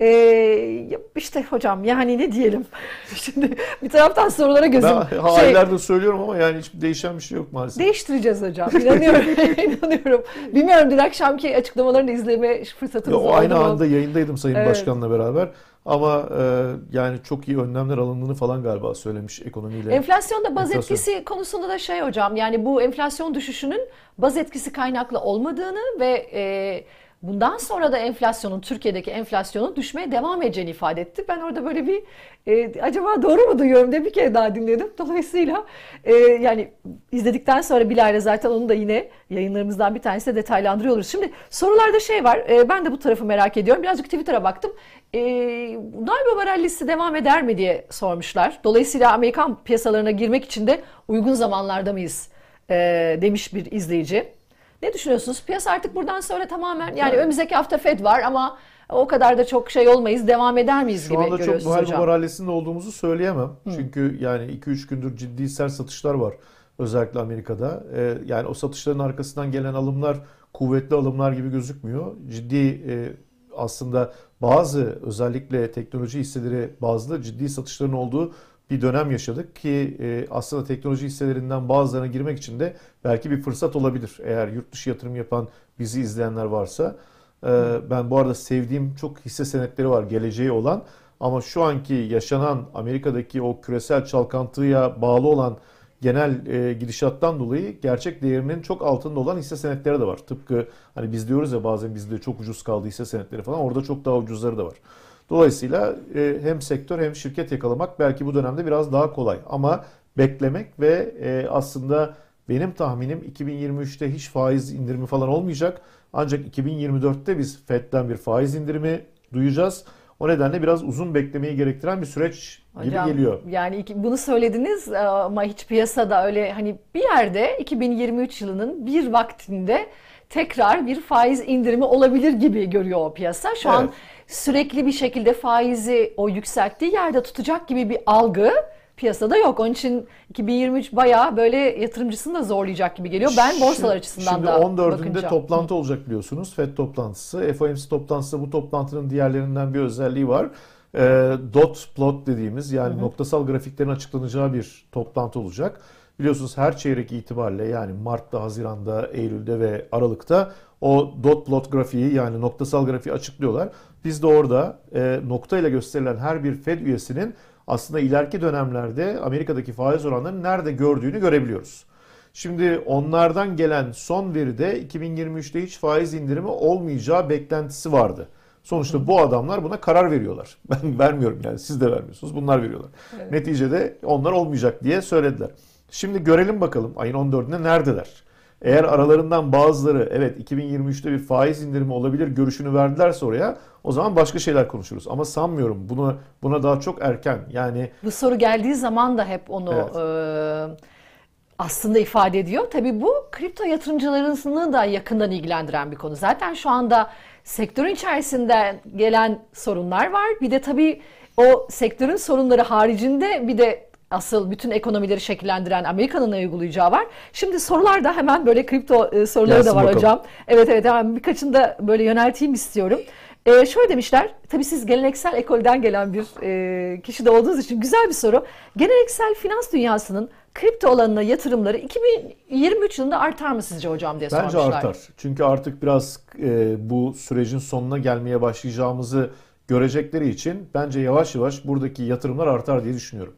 Ee, işte hocam yani ne diyelim. Şimdi bir taraftan sorulara gözüm... Ben şey, aylardır söylüyorum ama yani hiç değişen bir şey yok maalesef. Değiştireceğiz hocam. İnanıyorum. inanıyorum. Bilmiyorum, dün akşamki açıklamalarını izleme fırsatınız oldu mu? Aynı anda yayındaydım Sayın evet. Başkan'la beraber. Ama e, yani çok iyi önlemler alındığını falan galiba söylemiş ekonomiyle. Enflasyonda baz enflasyon. etkisi konusunda da şey hocam, yani bu enflasyon düşüşünün baz etkisi kaynaklı olmadığını ve e, bundan sonra da enflasyonun, Türkiye'deki enflasyonun düşmeye devam edeceğini ifade etti. Ben orada böyle bir e, acaba doğru mu duyuyorum diye bir kere daha dinledim. Dolayısıyla e, yani izledikten sonra Bilal'le zaten onu da yine yayınlarımızdan bir tanesi de detaylandırıyoruz. Şimdi sorularda şey var, e, ben de bu tarafı merak ediyorum. Birazcık Twitter'a baktım. E, Naiboba rallisi devam eder mi diye sormuşlar. Dolayısıyla Amerikan piyasalarına girmek için de uygun zamanlarda mıyız e, demiş bir izleyici. Ne düşünüyorsunuz? Piyasa artık buradan sonra tamamen, yani evet. önümüzdeki hafta Fed var ama o kadar da çok şey olmayız, devam eder miyiz Şu gibi görüyorsunuz hocam? Şu anda çok Naiboba rallisinde olduğumuzu söyleyemem. Hı. Çünkü yani iki üç gündür ciddi sert satışlar var özellikle Amerika'da. Ee, yani o satışların arkasından gelen alımlar kuvvetli alımlar gibi gözükmüyor. Ciddi e, aslında bazı özellikle teknoloji hisseleri bazlı ciddi satışların olduğu bir dönem yaşadık ki e, aslında teknoloji hisselerinden bazılarına girmek için de belki bir fırsat olabilir. Eğer yurt dışı yatırım yapan bizi izleyenler varsa. E, ben bu arada sevdiğim çok hisse senetleri var, geleceği olan, ama şu anki yaşanan Amerika'daki o küresel çalkantıya bağlı olan genel e, gidişattan dolayı gerçek değerinin çok altında olan hisse senetleri de var. Tıpkı hani biz diyoruz ya bazen bizde çok ucuz kaldı hisse senetleri falan, orada çok daha ucuzları da var. Dolayısıyla e, hem sektör hem şirket yakalamak belki bu dönemde biraz daha kolay. Ama beklemek ve e, aslında benim tahminim iki bin yirmi üçte hiç faiz indirimi falan olmayacak. Ancak iki bin yirmi dörtte biz Fed'den bir faiz indirimi duyacağız. O nedenle biraz uzun beklemeyi gerektiren bir süreç gibi Hocam, geliyor. Yani bunu söylediniz ama hiç piyasada öyle hani bir yerde iki bin yirmi üç yılının bir vaktinde tekrar bir faiz indirimi olabilir gibi görüyor o piyasa. Şu evet. an sürekli bir şekilde faizi o yükselttiği yerde tutacak gibi bir algı piyasada yok. Onun için iki bin yirmi üç bayağı böyle yatırımcısını da zorlayacak gibi geliyor. Ben borsalar açısından şimdi da on dördünde bakınca. toplantı olacak biliyorsunuz. Fed toplantısı. F O M C toplantısı, bu toplantının diğerlerinden bir özelliği var. E, dot plot dediğimiz, yani hı hı. noktasal grafiklerin açıklanacağı bir toplantı olacak. Biliyorsunuz her çeyrek itibariyle, yani Mart'ta, Haziran'da, Eylül'de ve Aralık'ta o dot plot grafiği, yani noktasal grafiği açıklıyorlar. Biz de orada e, nokta ile gösterilen her bir Fed üyesinin aslında ileriki dönemlerde Amerika'daki faiz oranlarını nerede gördüğünü görebiliyoruz. Şimdi onlardan gelen son veride iki bin yirmi üçte hiç faiz indirimi olmayacağı beklentisi vardı. Sonuçta bu adamlar buna karar veriyorlar. Ben vermiyorum, yani siz de vermiyorsunuz. Bunlar veriyorlar. Evet. Neticede onlar olmayacak diye söylediler. Şimdi görelim bakalım ayın on dördünde neredeler? Eğer aralarından bazıları evet iki bin yirmi üçte bir faiz indirimi olabilir görüşünü verdilerse oraya, o zaman başka şeyler konuşuruz. Ama sanmıyorum, buna buna daha çok erken. Yani bu soru geldiği zaman da hep onu evet. e, aslında ifade ediyor. Tabii bu kripto yatırımcılarını da yakından ilgilendiren bir konu. Zaten şu anda sektörün içerisinde gelen sorunlar var. Bir de tabii o sektörün sorunları haricinde bir de asıl bütün ekonomileri şekillendiren Amerika'nın uygulayacağı var. Şimdi sorularda hemen böyle kripto e, soruları Gelsin da var bakalım. hocam. Evet evet, hemen birkaçını da böyle yönelteyim istiyorum. Ee, şöyle demişler, tabii siz geleneksel ekolden gelen bir e, kişi de olduğunuz için güzel bir soru. Geleneksel finans dünyasının kripto alanına yatırımları iki bin yirmi üç yılında artar mı sizce hocam diye Bence sormuşlar. artar. Çünkü artık biraz e, bu sürecin sonuna gelmeye başlayacağımızı görecekleri için bence yavaş yavaş buradaki yatırımlar artar diye düşünüyorum.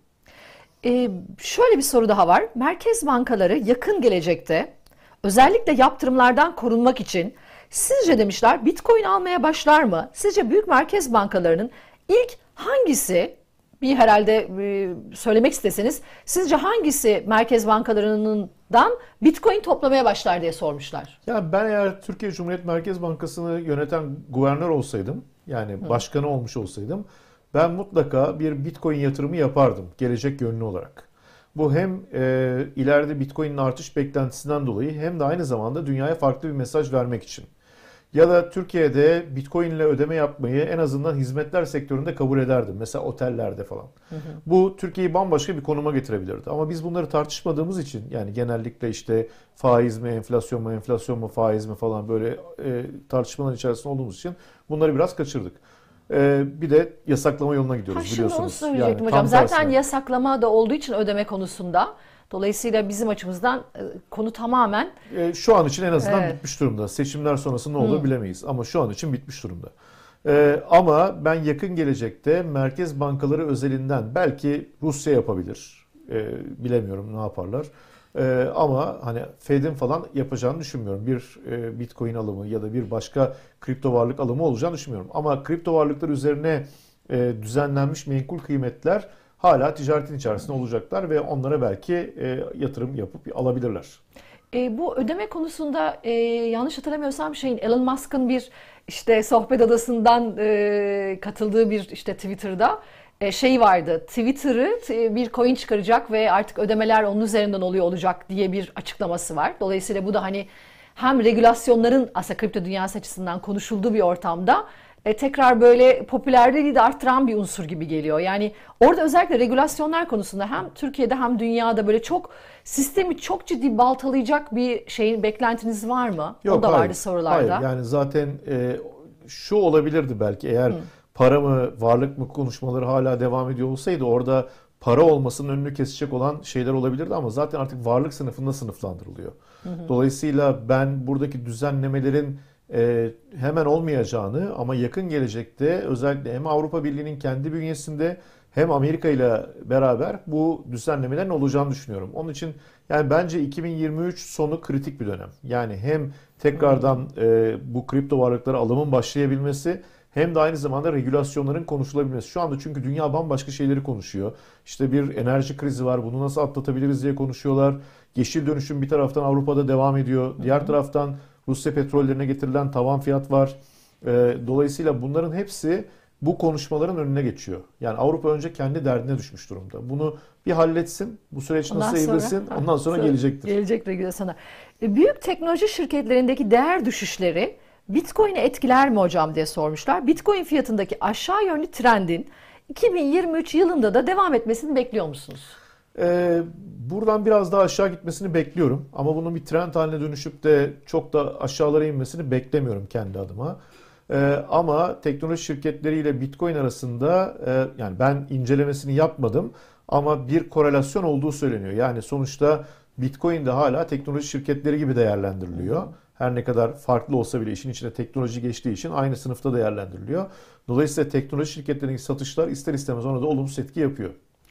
Ee, şöyle bir soru daha var. Merkez bankaları yakın gelecekte özellikle yaptırımlardan korunmak için sizce demişler Bitcoin almaya başlar mı? Sizce büyük merkez bankalarının ilk hangisi, bir herhalde e, söylemek isteseniz, sizce hangisi merkez bankalarından Bitcoin toplamaya başlar diye sormuşlar. Ya ben eğer Türkiye Cumhuriyet Merkez Bankası'nı yöneten guvernör olsaydım, yani başkanı olmuş olsaydım, ben mutlaka bir Bitcoin yatırımı yapardım gelecek yönlü olarak. Bu hem e, ileride Bitcoin'in artış beklentisinden dolayı hem de aynı zamanda dünyaya farklı bir mesaj vermek için. Ya da Türkiye'de Bitcoin ile ödeme yapmayı en azından hizmetler sektöründe kabul ederdim. Mesela otellerde falan. Hı hı. Bu Türkiye'yi bambaşka bir konuma getirebilirdi. Ama biz bunları tartışmadığımız için, yani genellikle işte faiz mi, enflasyon mu, enflasyon mu, faiz mi falan böyle e, tartışmaların içerisinde olduğumuz için bunları biraz kaçırdık. E, bir de yasaklama yoluna gidiyoruz, ha, biliyorsunuz. Şimdi onu söyleyecektim yani, hocam. Zaten tersine. yasaklama da olduğu için ödeme konusunda. Dolayısıyla bizim açımızdan e, konu tamamen... E, şu an için en azından evet. bitmiş durumda. Seçimler sonrası ne olur hmm. bilemeyiz. Ama şu an için bitmiş durumda. E, ama ben yakın gelecekte merkez bankaları özelinden belki Rusya yapabilir. E, bilemiyorum ne yaparlar. E, ama hani Fed'in falan yapacağını düşünmüyorum. Bir e, Bitcoin alımı ya da bir başka kripto varlık alımı olacağını düşünmüyorum. Ama kripto varlıklar üzerine e, düzenlenmiş menkul kıymetler hala ticaretin içerisinde olacaklar ve onlara belki e, yatırım yapıp alabilirler. E, bu ödeme konusunda e, yanlış hatırlamıyorsam şeyin Elon Musk'ın bir işte sohbet odasından e, katıldığı bir işte Twitter'da e, şey vardı. Twitter'ı t- bir coin çıkaracak ve artık ödemeler onun üzerinden oluyor olacak diye bir açıklaması var. Dolayısıyla bu da hani hem regülasyonların aslında kripto dünyası açısından konuşulduğu bir ortamda E, tekrar böyle popülerliği de arttıran bir unsur gibi geliyor. Yani orada özellikle regülasyonlar konusunda hem Türkiye'de hem dünyada böyle çok sistemi çok ciddi baltalayacak bir şeyin beklentiniz var mı? Yok, o da hayır, vardı sorularda. Hayır, yani zaten e, şu olabilirdi belki, eğer Hı. para mı varlık mı konuşmaları hala devam ediyor olsaydı orada para olmasının önünü kesecek olan şeyler olabilirdi ama zaten artık varlık sınıfında sınıflandırılıyor. Hı hı. Dolayısıyla ben buradaki düzenlemelerin e, hemen olmayacağını ama yakın gelecekte özellikle hem Avrupa Birliği'nin kendi bünyesinde hem Amerika ile beraber bu düzenlemelerin olacağını düşünüyorum. Onun için yani bence iki bin yirmi üç sonu kritik bir dönem. Yani hem tekrardan e, bu kripto varlıklara alımın başlayabilmesi hem de aynı zamanda regülasyonların konuşulabilmesi. Şu anda çünkü dünya bambaşka şeyleri konuşuyor. İşte bir enerji krizi var, bunu nasıl atlatabiliriz diye konuşuyorlar. Yeşil dönüşüm bir taraftan Avrupa'da devam ediyor. Diğer Hı-hı. taraftan Rusya petrollerine getirilen tavan fiyat var. Dolayısıyla bunların hepsi bu konuşmaların önüne geçiyor. Yani Avrupa önce kendi derdine düşmüş durumda. Bunu bir halletsin, bu süreç ondan nasıl sonra, evrilsin, ondan sonra, sonra gelecektir. Gelecek regülasyona. Büyük teknoloji şirketlerindeki değer düşüşleri Bitcoin'i etkiler mi hocam diye sormuşlar. Bitcoin fiyatındaki aşağı yönlü trendin iki bin yirmi üç yılında da devam etmesini bekliyor musunuz? Ee, buradan biraz daha aşağı gitmesini bekliyorum. Ama bunun bir trend haline dönüşüp de çok da aşağılara inmesini beklemiyorum kendi adıma. Ee, ama teknoloji şirketleriyle Bitcoin arasında e, yani ben incelemesini yapmadım ama bir korelasyon olduğu söyleniyor. Yani sonuçta Bitcoin de hala teknoloji şirketleri gibi değerlendiriliyor. Her ne kadar farklı olsa bile işin içine teknoloji geçtiği için aynı sınıfta değerlendiriliyor. Dolayısıyla teknoloji şirketlerindeki satışlar ister istemez ona da olumsuz etki yapıyor.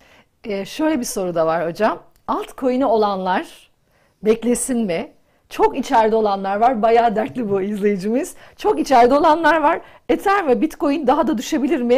Ee, şöyle bir soru da var hocam. Altcoin'i olanlar beklesin mi? Çok içeride olanlar var. Bayağı dertli bu izleyicimiz. Çok içeride olanlar var. Ethereum ve Bitcoin daha da düşebilir mi?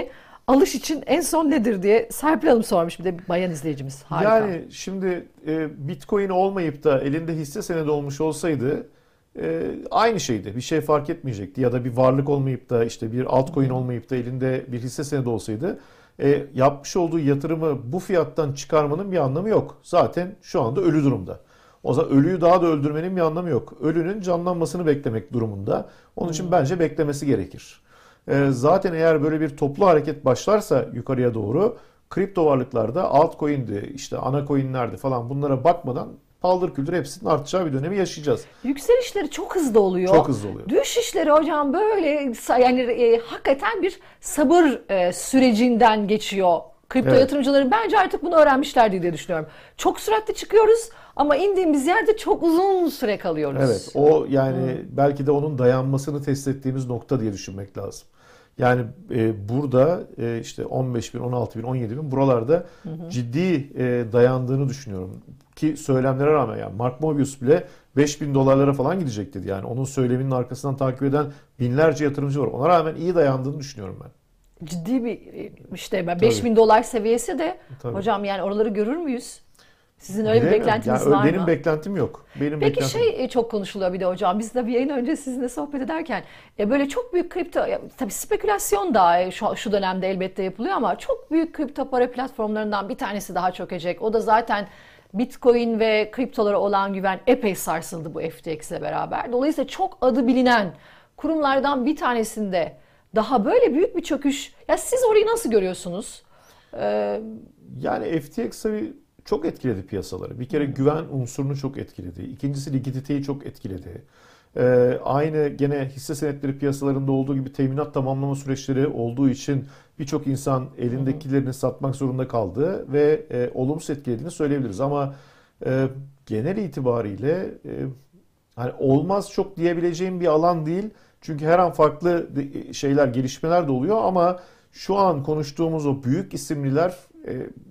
alış için en son nedir diye Serpil Hanım sormuş, bir de bir bayan izleyicimiz. Harika. Yani şimdi e, Bitcoin olmayıp da elinde hisse senedi olmuş olsaydı e, aynı şeydi. Bir şey fark etmeyecekti. Ya da bir varlık olmayıp da işte bir altcoin olmayıp da elinde bir hisse senedi olsaydı e, yapmış olduğu yatırımı bu fiyattan çıkarmanın bir anlamı yok. Zaten şu anda ölü durumda. O zaman ölüyü daha da öldürmenin bir anlamı yok. Ölünün canlanmasını beklemek durumunda. Onun için bence beklemesi gerekir. E, zaten eğer böyle bir toplu hareket başlarsa yukarıya doğru kripto varlıklarda altcoin'di, işte ana coin'lerdi falan bunlara bakmadan paldır küldür hepsinin artacağı bir dönemi yaşayacağız. Yükselişleri çok hızlı oluyor. Çok hızlı oluyor. Düşüşleri hocam böyle yani e, hakikaten bir sabır e, sürecinden geçiyor. Kripto Evet. yatırımcıları bence artık bunu öğrenmişlerdi diye düşünüyorum. Çok süratli çıkıyoruz ama indiğimiz yerde çok uzun süre kalıyoruz. Evet, o yani belki de onun dayanmasını test ettiğimiz nokta diye düşünmek lazım. Yani e, burada e, işte on beş bin, on altı bin, on yedi bin buralarda ciddi e, dayandığını düşünüyorum. Ki söylemlere rağmen yani Mark Mobius bile beş bin dolarlara falan gidecek dedi. Yani onun söyleminin arkasından takip eden binlerce yatırımcı var. Ona rağmen iyi dayandığını düşünüyorum ben. Ciddi bir işte beş bin dolar seviyesi de Tabii. hocam yani oraları görür müyüz? Sizin öyle bir Bilemiyorum. beklentiniz Yani var benim mı? beklentim yok. Benim Peki beklentim şey çok konuşuluyor bir de hocam. Biz de bir yayın önce sizinle sohbet ederken e, böyle çok büyük kripto, ya, tabii spekülasyon da e, şu, şu dönemde elbette yapılıyor ama çok büyük kripto para platformlarından bir tanesi daha çökecek. O da zaten Bitcoin ve kriptolara olan güven epey sarsıldı bu F T X ile beraber. Dolayısıyla çok adı bilinen kurumlardan bir tanesinde daha böyle büyük bir çöküş. Ya siz orayı nasıl görüyorsunuz? Ee, Yani F T X tabii çok etkiledi piyasaları. Bir kere güven unsurunu çok etkiledi. İkincisi likiditeyi çok etkiledi. Ee, aynı gene hisse senetleri piyasalarında olduğu gibi teminat tamamlama süreçleri olduğu için birçok insan elindekilerini satmak zorunda kaldı ve e, olumsuz etkilediğini söyleyebiliriz. Ama e, genel itibariyle e, hani olmaz çok diyebileceğim bir alan değil. Çünkü her an farklı şeyler, gelişmeler de oluyor ama şu an konuştuğumuz o büyük isimliler e,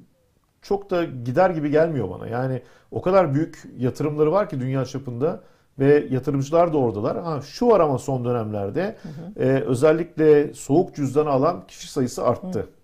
çok da gider gibi gelmiyor bana. Yani o kadar büyük yatırımları var ki dünya çapında ve yatırımcılar da oradalar. Ha, şu var ama son dönemlerde hı hı. E, özellikle soğuk cüzdanı alan kişi sayısı arttı. Hı.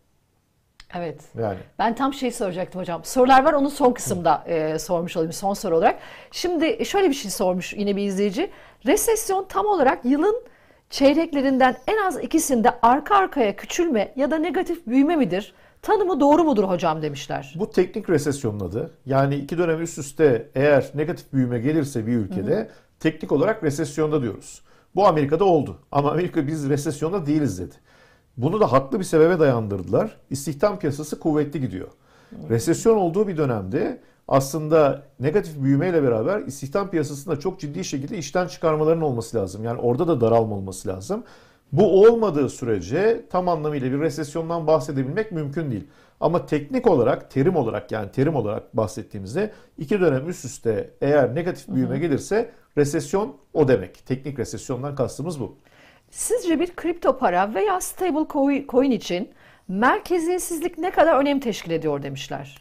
Evet. Yani. Ben tam şey soracaktım hocam. Sorular var, onu son kısımda e, sormuş olayım, son soru olarak. Şimdi şöyle bir şey sormuş yine bir izleyici. Resesyon tam olarak yılın çeyreklerinden en az ikisinde arka arkaya küçülme ya da negatif büyüme midir? Tanımı doğru mudur hocam demişler. Bu teknik resesyonun adı. Yani iki dönem üst üste eğer negatif büyüme gelirse bir ülkede hı hı. teknik olarak resesyonda diyoruz. Bu Amerika'da oldu. Ama Amerika biz resesyonda değiliz dedi. Bunu da haklı bir sebebe dayandırdılar. İstihdam piyasası kuvvetli gidiyor. Resesyon olduğu bir dönemde aslında negatif büyümeyle beraber istihdam piyasasında çok ciddi şekilde işten çıkarmaların olması lazım. Yani orada da daralma olması lazım. Bu olmadığı sürece tam anlamıyla bir resesyondan bahsedebilmek mümkün değil. Ama teknik olarak, terim olarak yani terim olarak bahsettiğimizde iki dönem üst üste eğer negatif büyüme gelirse resesyon o demek. Teknik resesyondan kastımız bu. Sizce bir kripto para veya stable coin için merkeziyetsizlik ne kadar önem teşkil ediyor demişler.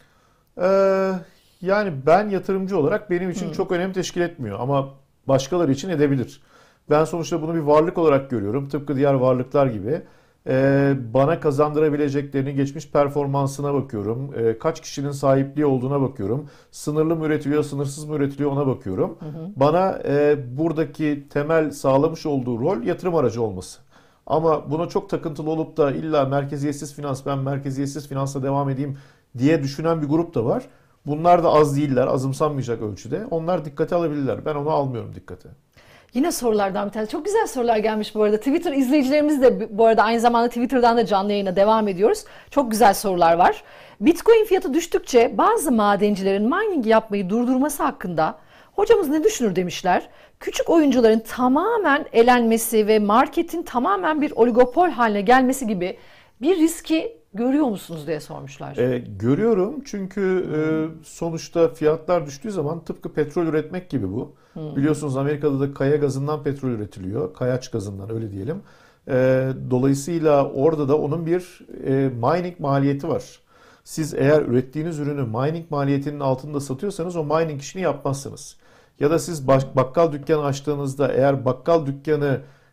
Ee, yani ben yatırımcı olarak benim için hmm. çok önem teşkil etmiyor ama başkaları için edebilir. Ben sonuçta bunu bir varlık olarak görüyorum. Tıpkı diğer varlıklar gibi. Ee, bana kazandırabileceklerini, geçmiş performansına bakıyorum. Ee, kaç kişinin sahipliği olduğuna bakıyorum. Sınırlı mı üretiliyor, sınırsız mı üretiliyor ona bakıyorum. Hı hı. Bana e, buradaki temel sağlamış olduğu rol yatırım aracı olması. Ama buna çok takıntılı olup da illa merkeziyetsiz finans, ben merkeziyetsiz finansla devam edeyim diye düşünen bir grup da var. Bunlar da az değiller, azımsanmayacak ölçüde. Onlar dikkate alabilirler. Ben onu almıyorum dikkate. Yine sorulardan bir tanesi. Çok güzel sorular gelmiş bu arada. Twitter izleyicilerimiz de bu arada aynı zamanda Twitter'dan da canlı yayına devam ediyoruz. Çok güzel sorular var. Bitcoin fiyatı düştükçe bazı madencilerin mining yapmayı durdurması hakkında hocamız ne düşünür demişler. Küçük oyuncuların tamamen elenmesi ve marketin tamamen bir oligopol haline gelmesi gibi bir riski görüyor musunuz diye sormuşlar. E, görüyorum çünkü e, sonuçta fiyatlar düştüğü zaman tıpkı petrol üretmek gibi bu. Hmm. Biliyorsunuz Amerika'da da kaya gazından petrol üretiliyor. Kayaç gazından öyle diyelim. E, dolayısıyla orada da onun bir e, mining maliyeti var. Siz eğer ürettiğiniz ürünü mining maliyetinin altında satıyorsanız o mining işini yapmazsınız. Ya da siz baş, bakkal dükkanı açtığınızda eğer bakkal dükkanı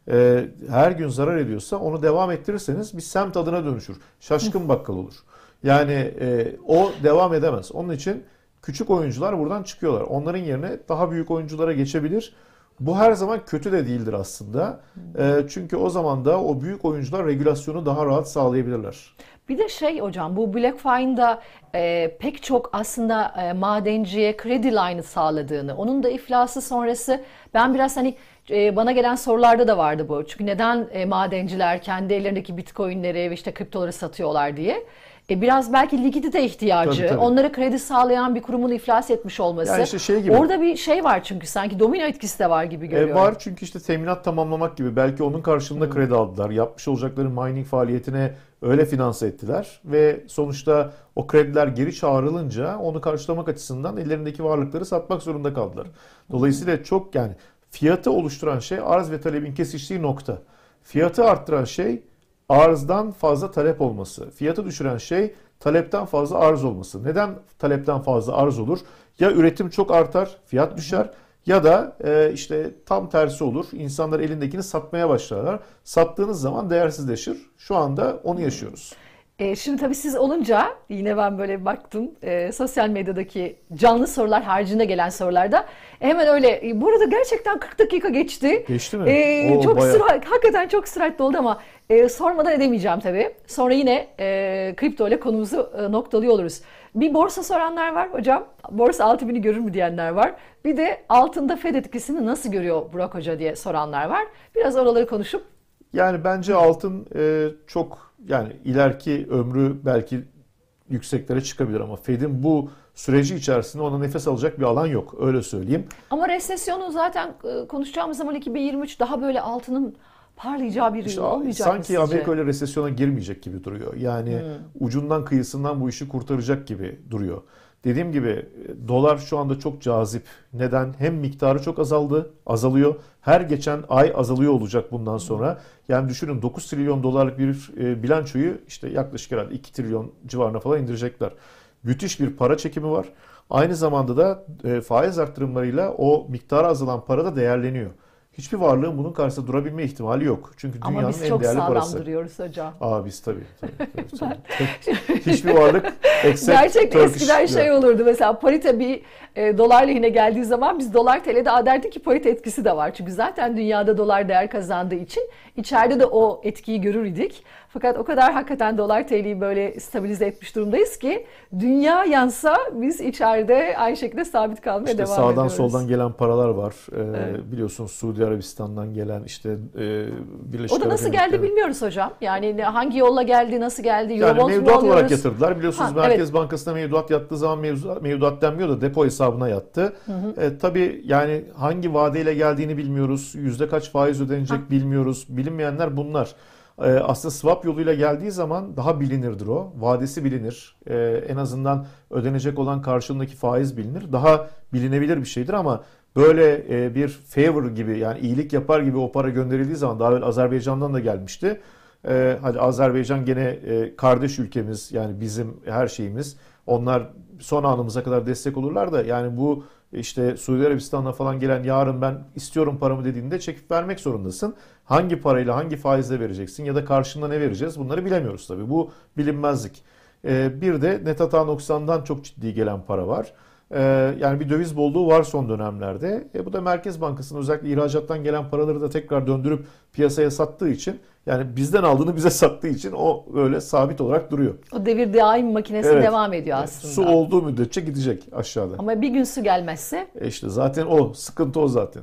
e, her gün zarar ediyorsa onu devam ettirirseniz bir semt adına dönüşür. Şaşkın bakkal olur. Yani e, o devam edemez. Onun için küçük oyuncular buradan çıkıyorlar. Onların yerine daha büyük oyunculara geçebilir. Bu her zaman kötü de değildir aslında. E, çünkü o zaman da o büyük oyuncular regülasyonu daha rahat sağlayabilirler. Bir de şey hocam, bu BlackFine'da e, pek çok aslında e, madenciye kredi line'ı sağladığını, onun da iflası sonrası ben biraz hani e, bana gelen sorularda da vardı bu. Çünkü neden e, madenciler kendi ellerindeki bitcoinleri ve işte kriptoları satıyorlar diye. E, biraz belki likidite ihtiyacı, Tabii, tabii. onlara kredi sağlayan bir kurumun iflas etmiş olması. Yani işte şey gibi. Orada bir şey var çünkü sanki domino etkisi de var gibi E, görüyorum. var çünkü işte teminat tamamlamak gibi. Belki onun karşılığında kredi aldılar. Yapmış olacakları mining faaliyetine öyle finanse ettiler. Ve sonuçta o krediler geri çağrılınca onu karşılamak açısından ellerindeki varlıkları satmak zorunda kaldılar. Dolayısıyla çok yani fiyatı oluşturan şey arz ve talebin kesiştiği nokta. Fiyatı arttıran şey arzdan fazla talep olması. Fiyatı düşüren şey talepten fazla arz olması. Neden talepten fazla arz olur? Ya üretim çok artar, fiyat düşer ya da e, işte tam tersi olur. İnsanlar elindekini satmaya başlarlar. Sattığınız zaman değersizleşir. Şu anda onu yaşıyoruz. E, şimdi tabii siz olunca yine ben böyle baktım e, sosyal medyadaki canlı sorular haricinde gelen sorularda hemen öyle. E, bu arada gerçekten kırk dakika geçti. Geçti mi? E, Oo, çok bayağı. sürat, hakikaten çok süratli oldu ama e, sormadan edemeyeceğim tabii. Sonra yine e, kripto ile konumuzu e, noktalıyor oluruz. Bir borsa soranlar var hocam. Borsa altı bini görür mü diyenler var. Bir de altında Fed etkisini nasıl görüyor Burak Hoca diye soranlar var. Biraz oraları konuşup. Yani bence altın e, çok yani ileriki ömrü belki yükseklere çıkabilir ama Fed'in bu süreci içerisinde ona nefes alacak bir alan yok. Öyle söyleyeyim. Ama resesyonu zaten e, konuşacağımız zaman iki bin yirmi üç daha böyle altının parlayacağı bir İşte yıl olmayacak sanki mı sizce? Amerika öyle resesyona girmeyecek gibi duruyor. Yani Hmm. ucundan kıyısından bu işi kurtaracak gibi duruyor. Dediğim gibi dolar şu anda çok cazip. Neden? Hem miktarı çok azaldı, azalıyor. Her geçen ay azalıyor olacak bundan sonra. Yani düşünün dokuz trilyon dolarlık bir e, bilançoyu işte yaklaşık herhalde iki trilyon civarına falan indirecekler. Müthiş bir para çekimi var. Aynı zamanda da e, faiz arttırımlarıyla o miktarı azalan para da değerleniyor. Hiçbir varlığın bunun karşısında durabilme ihtimali yok. Çünkü Ama dünyanın biz en çok değerli sağlam parası. duruyoruz hocam. Aa biz tabii. tabii, tabii, tabii. Hiçbir varlık except Gerçekten Turkish eskiden şey lira. olurdu mesela parite bir e, dolar lehine geldiği zaman biz dolar T L'de derdik ki parite etkisi de var. Çünkü zaten dünyada dolar değer kazandığı için içeride de o etkiyi görür idik. Fakat o kadar hakikaten dolar T L'yi böyle stabilize etmiş durumdayız ki dünya yansa biz içeride aynı şekilde sabit kalmaya İşte devam sağdan ediyoruz. soldan gelen paralar var. Ee, Evet. Biliyorsunuz Suudi Arabistan'dan gelen işte e, Birleşik O da Arap nasıl geldi Emirlikleri. bilmiyoruz hocam. Yani ne- hangi yolla geldi, nasıl geldi, Yani Eurobond mu mevduat olarak alıyoruz? yatırdılar. Biliyorsunuz Ha, Merkez evet. Bankası'na mevduat yattığı zaman mevzuat, mevduat denmiyor da depo hesabına yattı. Hı hı. E, tabii yani hangi vadeyle geldiğini bilmiyoruz. Yüzde kaç faiz ödenecek Ha. bilmiyoruz. Bilinmeyenler bunlar. E, aslında swap yoluyla geldiği zaman daha bilinirdir o. Vadesi bilinir. E, en azından ödenecek olan karşılığındaki faiz bilinir. Daha bilinebilir bir şeydir ama böyle e, bir favor gibi yani iyilik yapar gibi o para gönderildiği zaman daha evvel Azerbaycan'dan da gelmişti. Ee, hadi Azerbaycan gene e, kardeş ülkemiz yani bizim her şeyimiz. Onlar son anımıza kadar destek olurlar da yani bu işte Suudi Arabistan'la falan gelen yarın ben istiyorum paramı dediğinde çekip vermek zorundasın. Hangi parayla hangi faizle vereceksin ya da karşılığında ne vereceğiz bunları bilemiyoruz tabii. Bu bilinmezlik. Ee, bir de net hata noksandan çok ciddi gelen para var. Ee, yani bir döviz bolluğu var son dönemlerde. E, bu da Merkez Bankası'nın özellikle ihracattan gelen paraları da tekrar döndürüp piyasaya sattığı için yani bizden aldığını bize sattığı için o öyle sabit olarak duruyor. O devir daim makinesi Evet. devam ediyor aslında. Su olduğu müddetçe gidecek aşağıda. Ama bir gün su gelmezse E işte zaten o. Sıkıntı o zaten.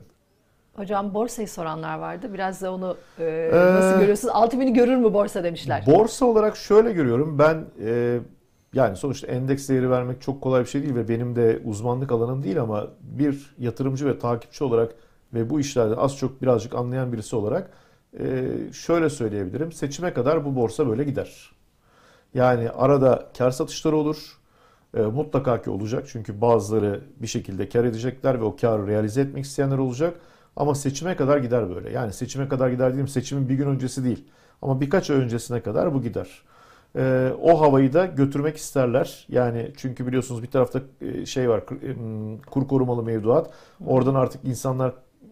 hocam borsayı soranlar vardı. Biraz da onu e, Ee, nasıl görüyorsunuz? altı bini görür mü borsa demişler. Borsa olarak şöyle görüyorum. Ben e, yani sonuçta endeks değeri vermek çok kolay bir şey değil ve benim de uzmanlık alanım değil ama bir yatırımcı ve takipçi olarak ve bu işlerden az çok birazcık anlayan birisi olarak e, şöyle söyleyebilirim. Seçime kadar bu borsa böyle gider. Yani arada kar satışları olur. E, mutlaka ki olacak. Çünkü bazıları bir şekilde kar edecekler ve o karı realize etmek isteyenler olacak. Ama seçime kadar gider böyle. Yani seçime kadar gider dediğim seçimin bir gün öncesi değil. Ama birkaç ay öncesine kadar bu gider. E, o havayı da götürmek isterler. Yani çünkü biliyorsunuz bir tarafta e, şey var, kur korumalı mevduat. Oradan artık insanlar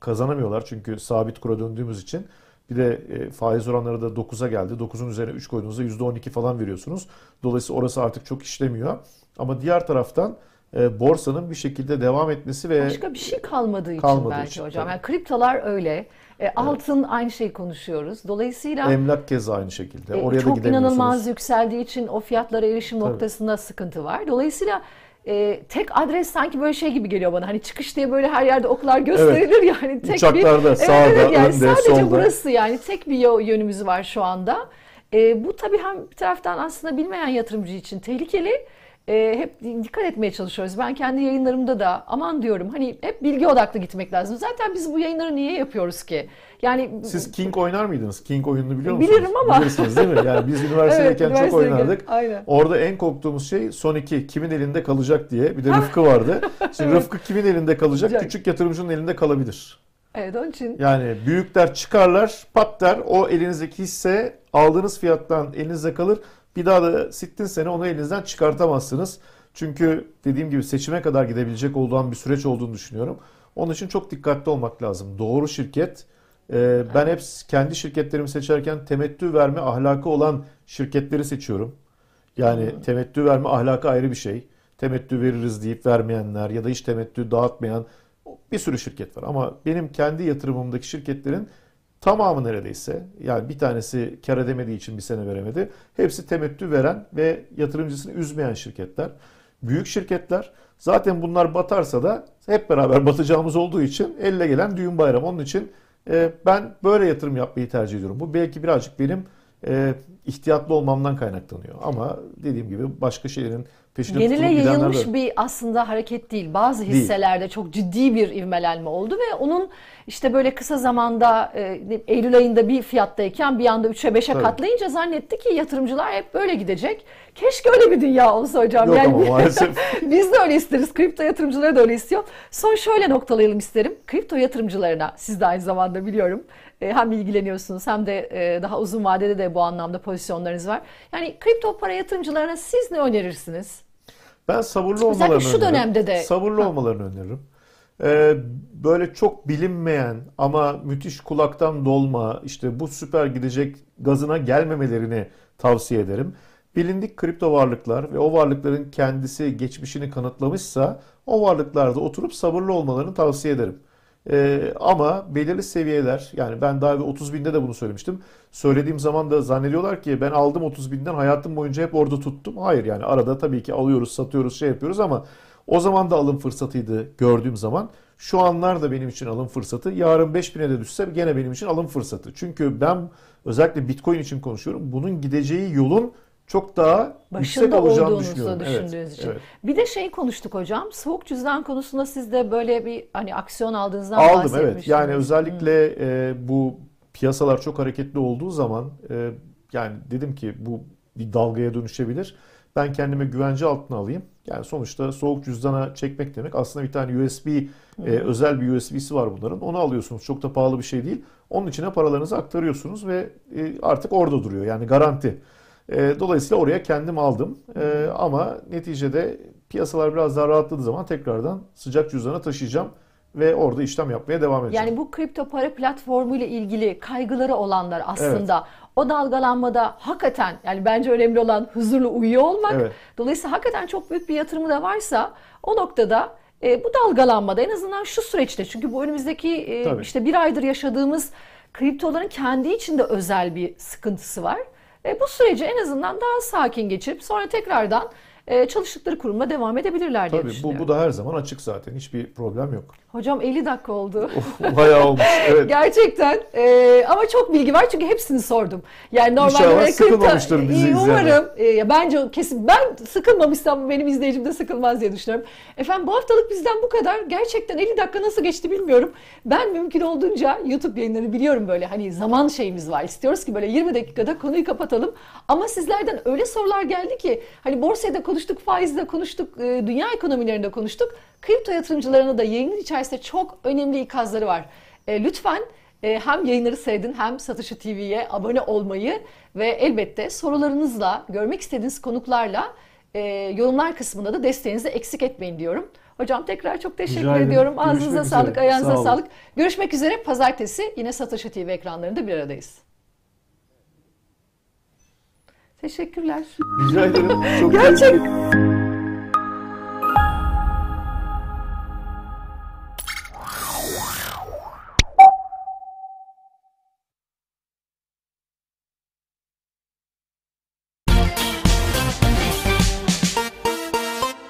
kazanamıyorlar. Çünkü sabit kura döndüğümüz için. Bir de e, faiz oranları da dokuza geldi. dokuzun üzerine üç koyduğunuzda yüzde on iki falan veriyorsunuz. Dolayısıyla orası artık çok işlemiyor. Ama diğer taraftan e, borsanın bir şekilde devam etmesi ve başka bir şey kalmadığı için kalmadığı belki için, hocam. tabii. Yani kriptolar öyle. E, altın aynı şeyi konuşuyoruz. Dolayısıyla Emlak keza aynı şekilde. e, Oraya da çok gidemiyorsunuz. inanılmaz yükseldiği için o fiyatlara erişim Tabii. noktasında sıkıntı var. Dolayısıyla e, tek adres sanki böyle şey gibi geliyor bana. Hani çıkış diye böyle her yerde oklar gösterilir ya. Hani tek Uçaklarda, bir, sağda, evet, evet, yani önde, sadece solda. burası, yani tek bir yo- yönümüz var şu anda. E, bu tabii hem bir taraftan aslında bilmeyen yatırımcı için tehlikeli. E, hep dikkat etmeye çalışıyoruz. Ben kendi yayınlarımda da aman diyorum, hani hep bilgi odaklı gitmek lazım. Zaten biz bu yayınları niye yapıyoruz ki? Yani Siz King oynar mıydınız? King oyununu biliyor musunuz? Bilirim ama. Bilirsiniz değil mi? Yani biz üniversitedeyken Evet, çok üniversitedeyken, oynardık. aynen. Orada en korktuğumuz şey son iki kimin elinde kalacak diye. Bir de Rıfkı vardı. Şimdi Evet. Rıfkı kimin elinde kalacak? Olacak. Küçük yatırımcının elinde kalabilir. Evet, onun için Yani büyükler çıkarlar, pat der, o elinizdeki hisse aldığınız fiyattan elinizde kalır. Bir daha da sittin sene onu elinizden çıkartamazsınız. Çünkü dediğim gibi seçime kadar gidebilecek olduğum bir süreç olduğunu düşünüyorum. Onun için çok dikkatli olmak lazım. Doğru şirket. Ee, ben hep kendi şirketlerimi seçerken temettü verme ahlakı olan şirketleri seçiyorum. Yani Hmm. temettü verme ahlakı ayrı bir şey. Temettü veririz deyip vermeyenler ya da hiç temettü dağıtmayan bir sürü şirket var. Ama benim kendi yatırımımdaki şirketlerin tamamı neredeyse, yani bir tanesi kar edemediği için bir sene veremedi. Hepsi temettü veren ve yatırımcısını üzmeyen şirketler. Büyük şirketler. Zaten bunlar batarsa da hep beraber batacağımız olduğu için elle gelen düğün bayram. Onun için e, ben böyle yatırım yapmayı tercih ediyorum. Bu belki birazcık benim e, ihtiyatlı olmamdan kaynaklanıyor. Ama dediğim gibi başka şeylerin peşine genele tutulup gidenler yayılmış de... bir aslında hareket değil. Bazı Değil. hisselerde çok ciddi bir ivmelenme oldu ve onun işte böyle kısa zamanda e, Eylül ayında bir fiyattayken bir anda üçe beşe Tabii. katlayınca zannetti ki yatırımcılar hep böyle gidecek. Keşke öyle bir dünya olsa hocam. Yok Yani ama maalesef. biz de öyle isteriz. Kripto yatırımcıları da öyle istiyor. Son şöyle noktalayalım isterim. Kripto yatırımcılarına, siz de aynı zamanda biliyorum, e, hem ilgileniyorsunuz hem de e, daha uzun vadede de bu anlamda pozisyonlarınız var. Yani kripto para yatırımcılarına siz ne önerirsiniz? Ben sabırlı Özellikle olmalarını şu öneririm. dönemde de- Sabırlı Ha. olmalarını öneririm. Ee, böyle çok bilinmeyen ama müthiş kulaktan dolma, işte bu süper gidecek gazına gelmemelerini tavsiye ederim. Bilindik kripto varlıklar ve o varlıkların kendisi geçmişini kanıtlamışsa o varlıklarda oturup sabırlı olmalarını tavsiye ederim. Ee, ama belirli seviyeler, yani ben daha bir otuz binde de bunu söylemiştim. Söylediğim zaman da zannediyorlar ki ben aldım otuz binden, hayatım boyunca hep orada tuttum. Hayır, yani arada tabii ki alıyoruz, satıyoruz, şey yapıyoruz ama o zaman da alım fırsatıydı gördüğüm zaman. Şu anlar da benim için alım fırsatı. Yarın beş bine de düşse gene benim için alım fırsatı. Çünkü ben özellikle Bitcoin için konuşuyorum. Bunun gideceği yolun çok daha yüksek Başında olacağını olduğunuzu düşünüyorum. düşündüğünüz Evet, için. evet. Bir de şey konuştuk hocam. Soğuk cüzdan konusunda siz de böyle bir hani aksiyon aldığınızdan Aldım, evet. bahsetmiştiniz. Yani özellikle e, bu piyasalar çok hareketli olduğu zaman e, yani dedim ki bu bir dalgaya dönüşebilir. Ben kendime güvence altına alayım. Yani sonuçta soğuk cüzdana çekmek demek aslında bir tane U S B, e, özel bir U S B'si var bunların. Onu alıyorsunuz. Çok da pahalı bir şey değil. Onun içine paralarınızı aktarıyorsunuz ve e, artık orada duruyor. Yani garanti. E, dolayısıyla oraya kendim aldım. E, ama neticede piyasalar biraz daha rahatladığı zaman tekrardan sıcak cüzdana taşıyacağım ve orada işlem yapmaya devam edeceğim. Yani bu kripto para platformu ile ilgili kaygıları olanlar aslında o dalgalanmada hakikaten, yani bence önemli olan huzurlu uyuyor olmak. Evet. Dolayısıyla hakikaten çok büyük bir yatırımı da varsa o noktada e, bu dalgalanmada en azından şu süreçte, çünkü bu önümüzdeki e, Tabii. işte bir aydır yaşadığımız kriptoların kendi içinde özel bir sıkıntısı var. E, bu süreci en azından daha sakin geçirip sonra tekrardan e, çalıştıkları kurumla devam edebilirler diye Tabii bu, düşünüyorum. bu da her zaman açık zaten. Hiçbir problem yok. Hocam elli dakika oldu. Bayağı olmuş. Evet. Gerçekten. Ee, ama çok bilgi var çünkü hepsini sordum. Yani normalde İnşallah böyle sıkılmamıştır kripto- bizi İyi, izleyenler. umarım. Ee, bence kesin, ben sıkılmamışsam benim izleyicim de sıkılmaz diye düşünüyorum. Efendim bu haftalık bizden bu kadar. Gerçekten elli dakika nasıl geçti bilmiyorum. Ben mümkün olduğunca YouTube yayınları, biliyorum böyle hani zaman şeyimiz var. İstiyoruz ki böyle yirmi dakikada konuyu kapatalım. Ama sizlerden öyle sorular geldi ki hani borsayı da konuştuk, faizde konuştuk, e, dünya ekonomilerinde konuştuk. Kripto yatırımcılarına da yayının içerisinde çok önemli ikazları var. E, lütfen e, hem yayınları seyredin hem Satışı T V'ye abone olmayı ve elbette sorularınızla, görmek istediğiniz konuklarla e, yorumlar kısmında da desteğinizi eksik etmeyin diyorum. Hocam tekrar çok teşekkür Rica ederim. ediyorum. Ağzınıza Görüşmek sağlık, üzere. ayağınıza Sağ olun. sağlık. Görüşmek üzere. Pazartesi yine Satoshi T V ekranlarında bir aradayız. Teşekkürler. Rica ederim. Çok Gerçek. keyifli.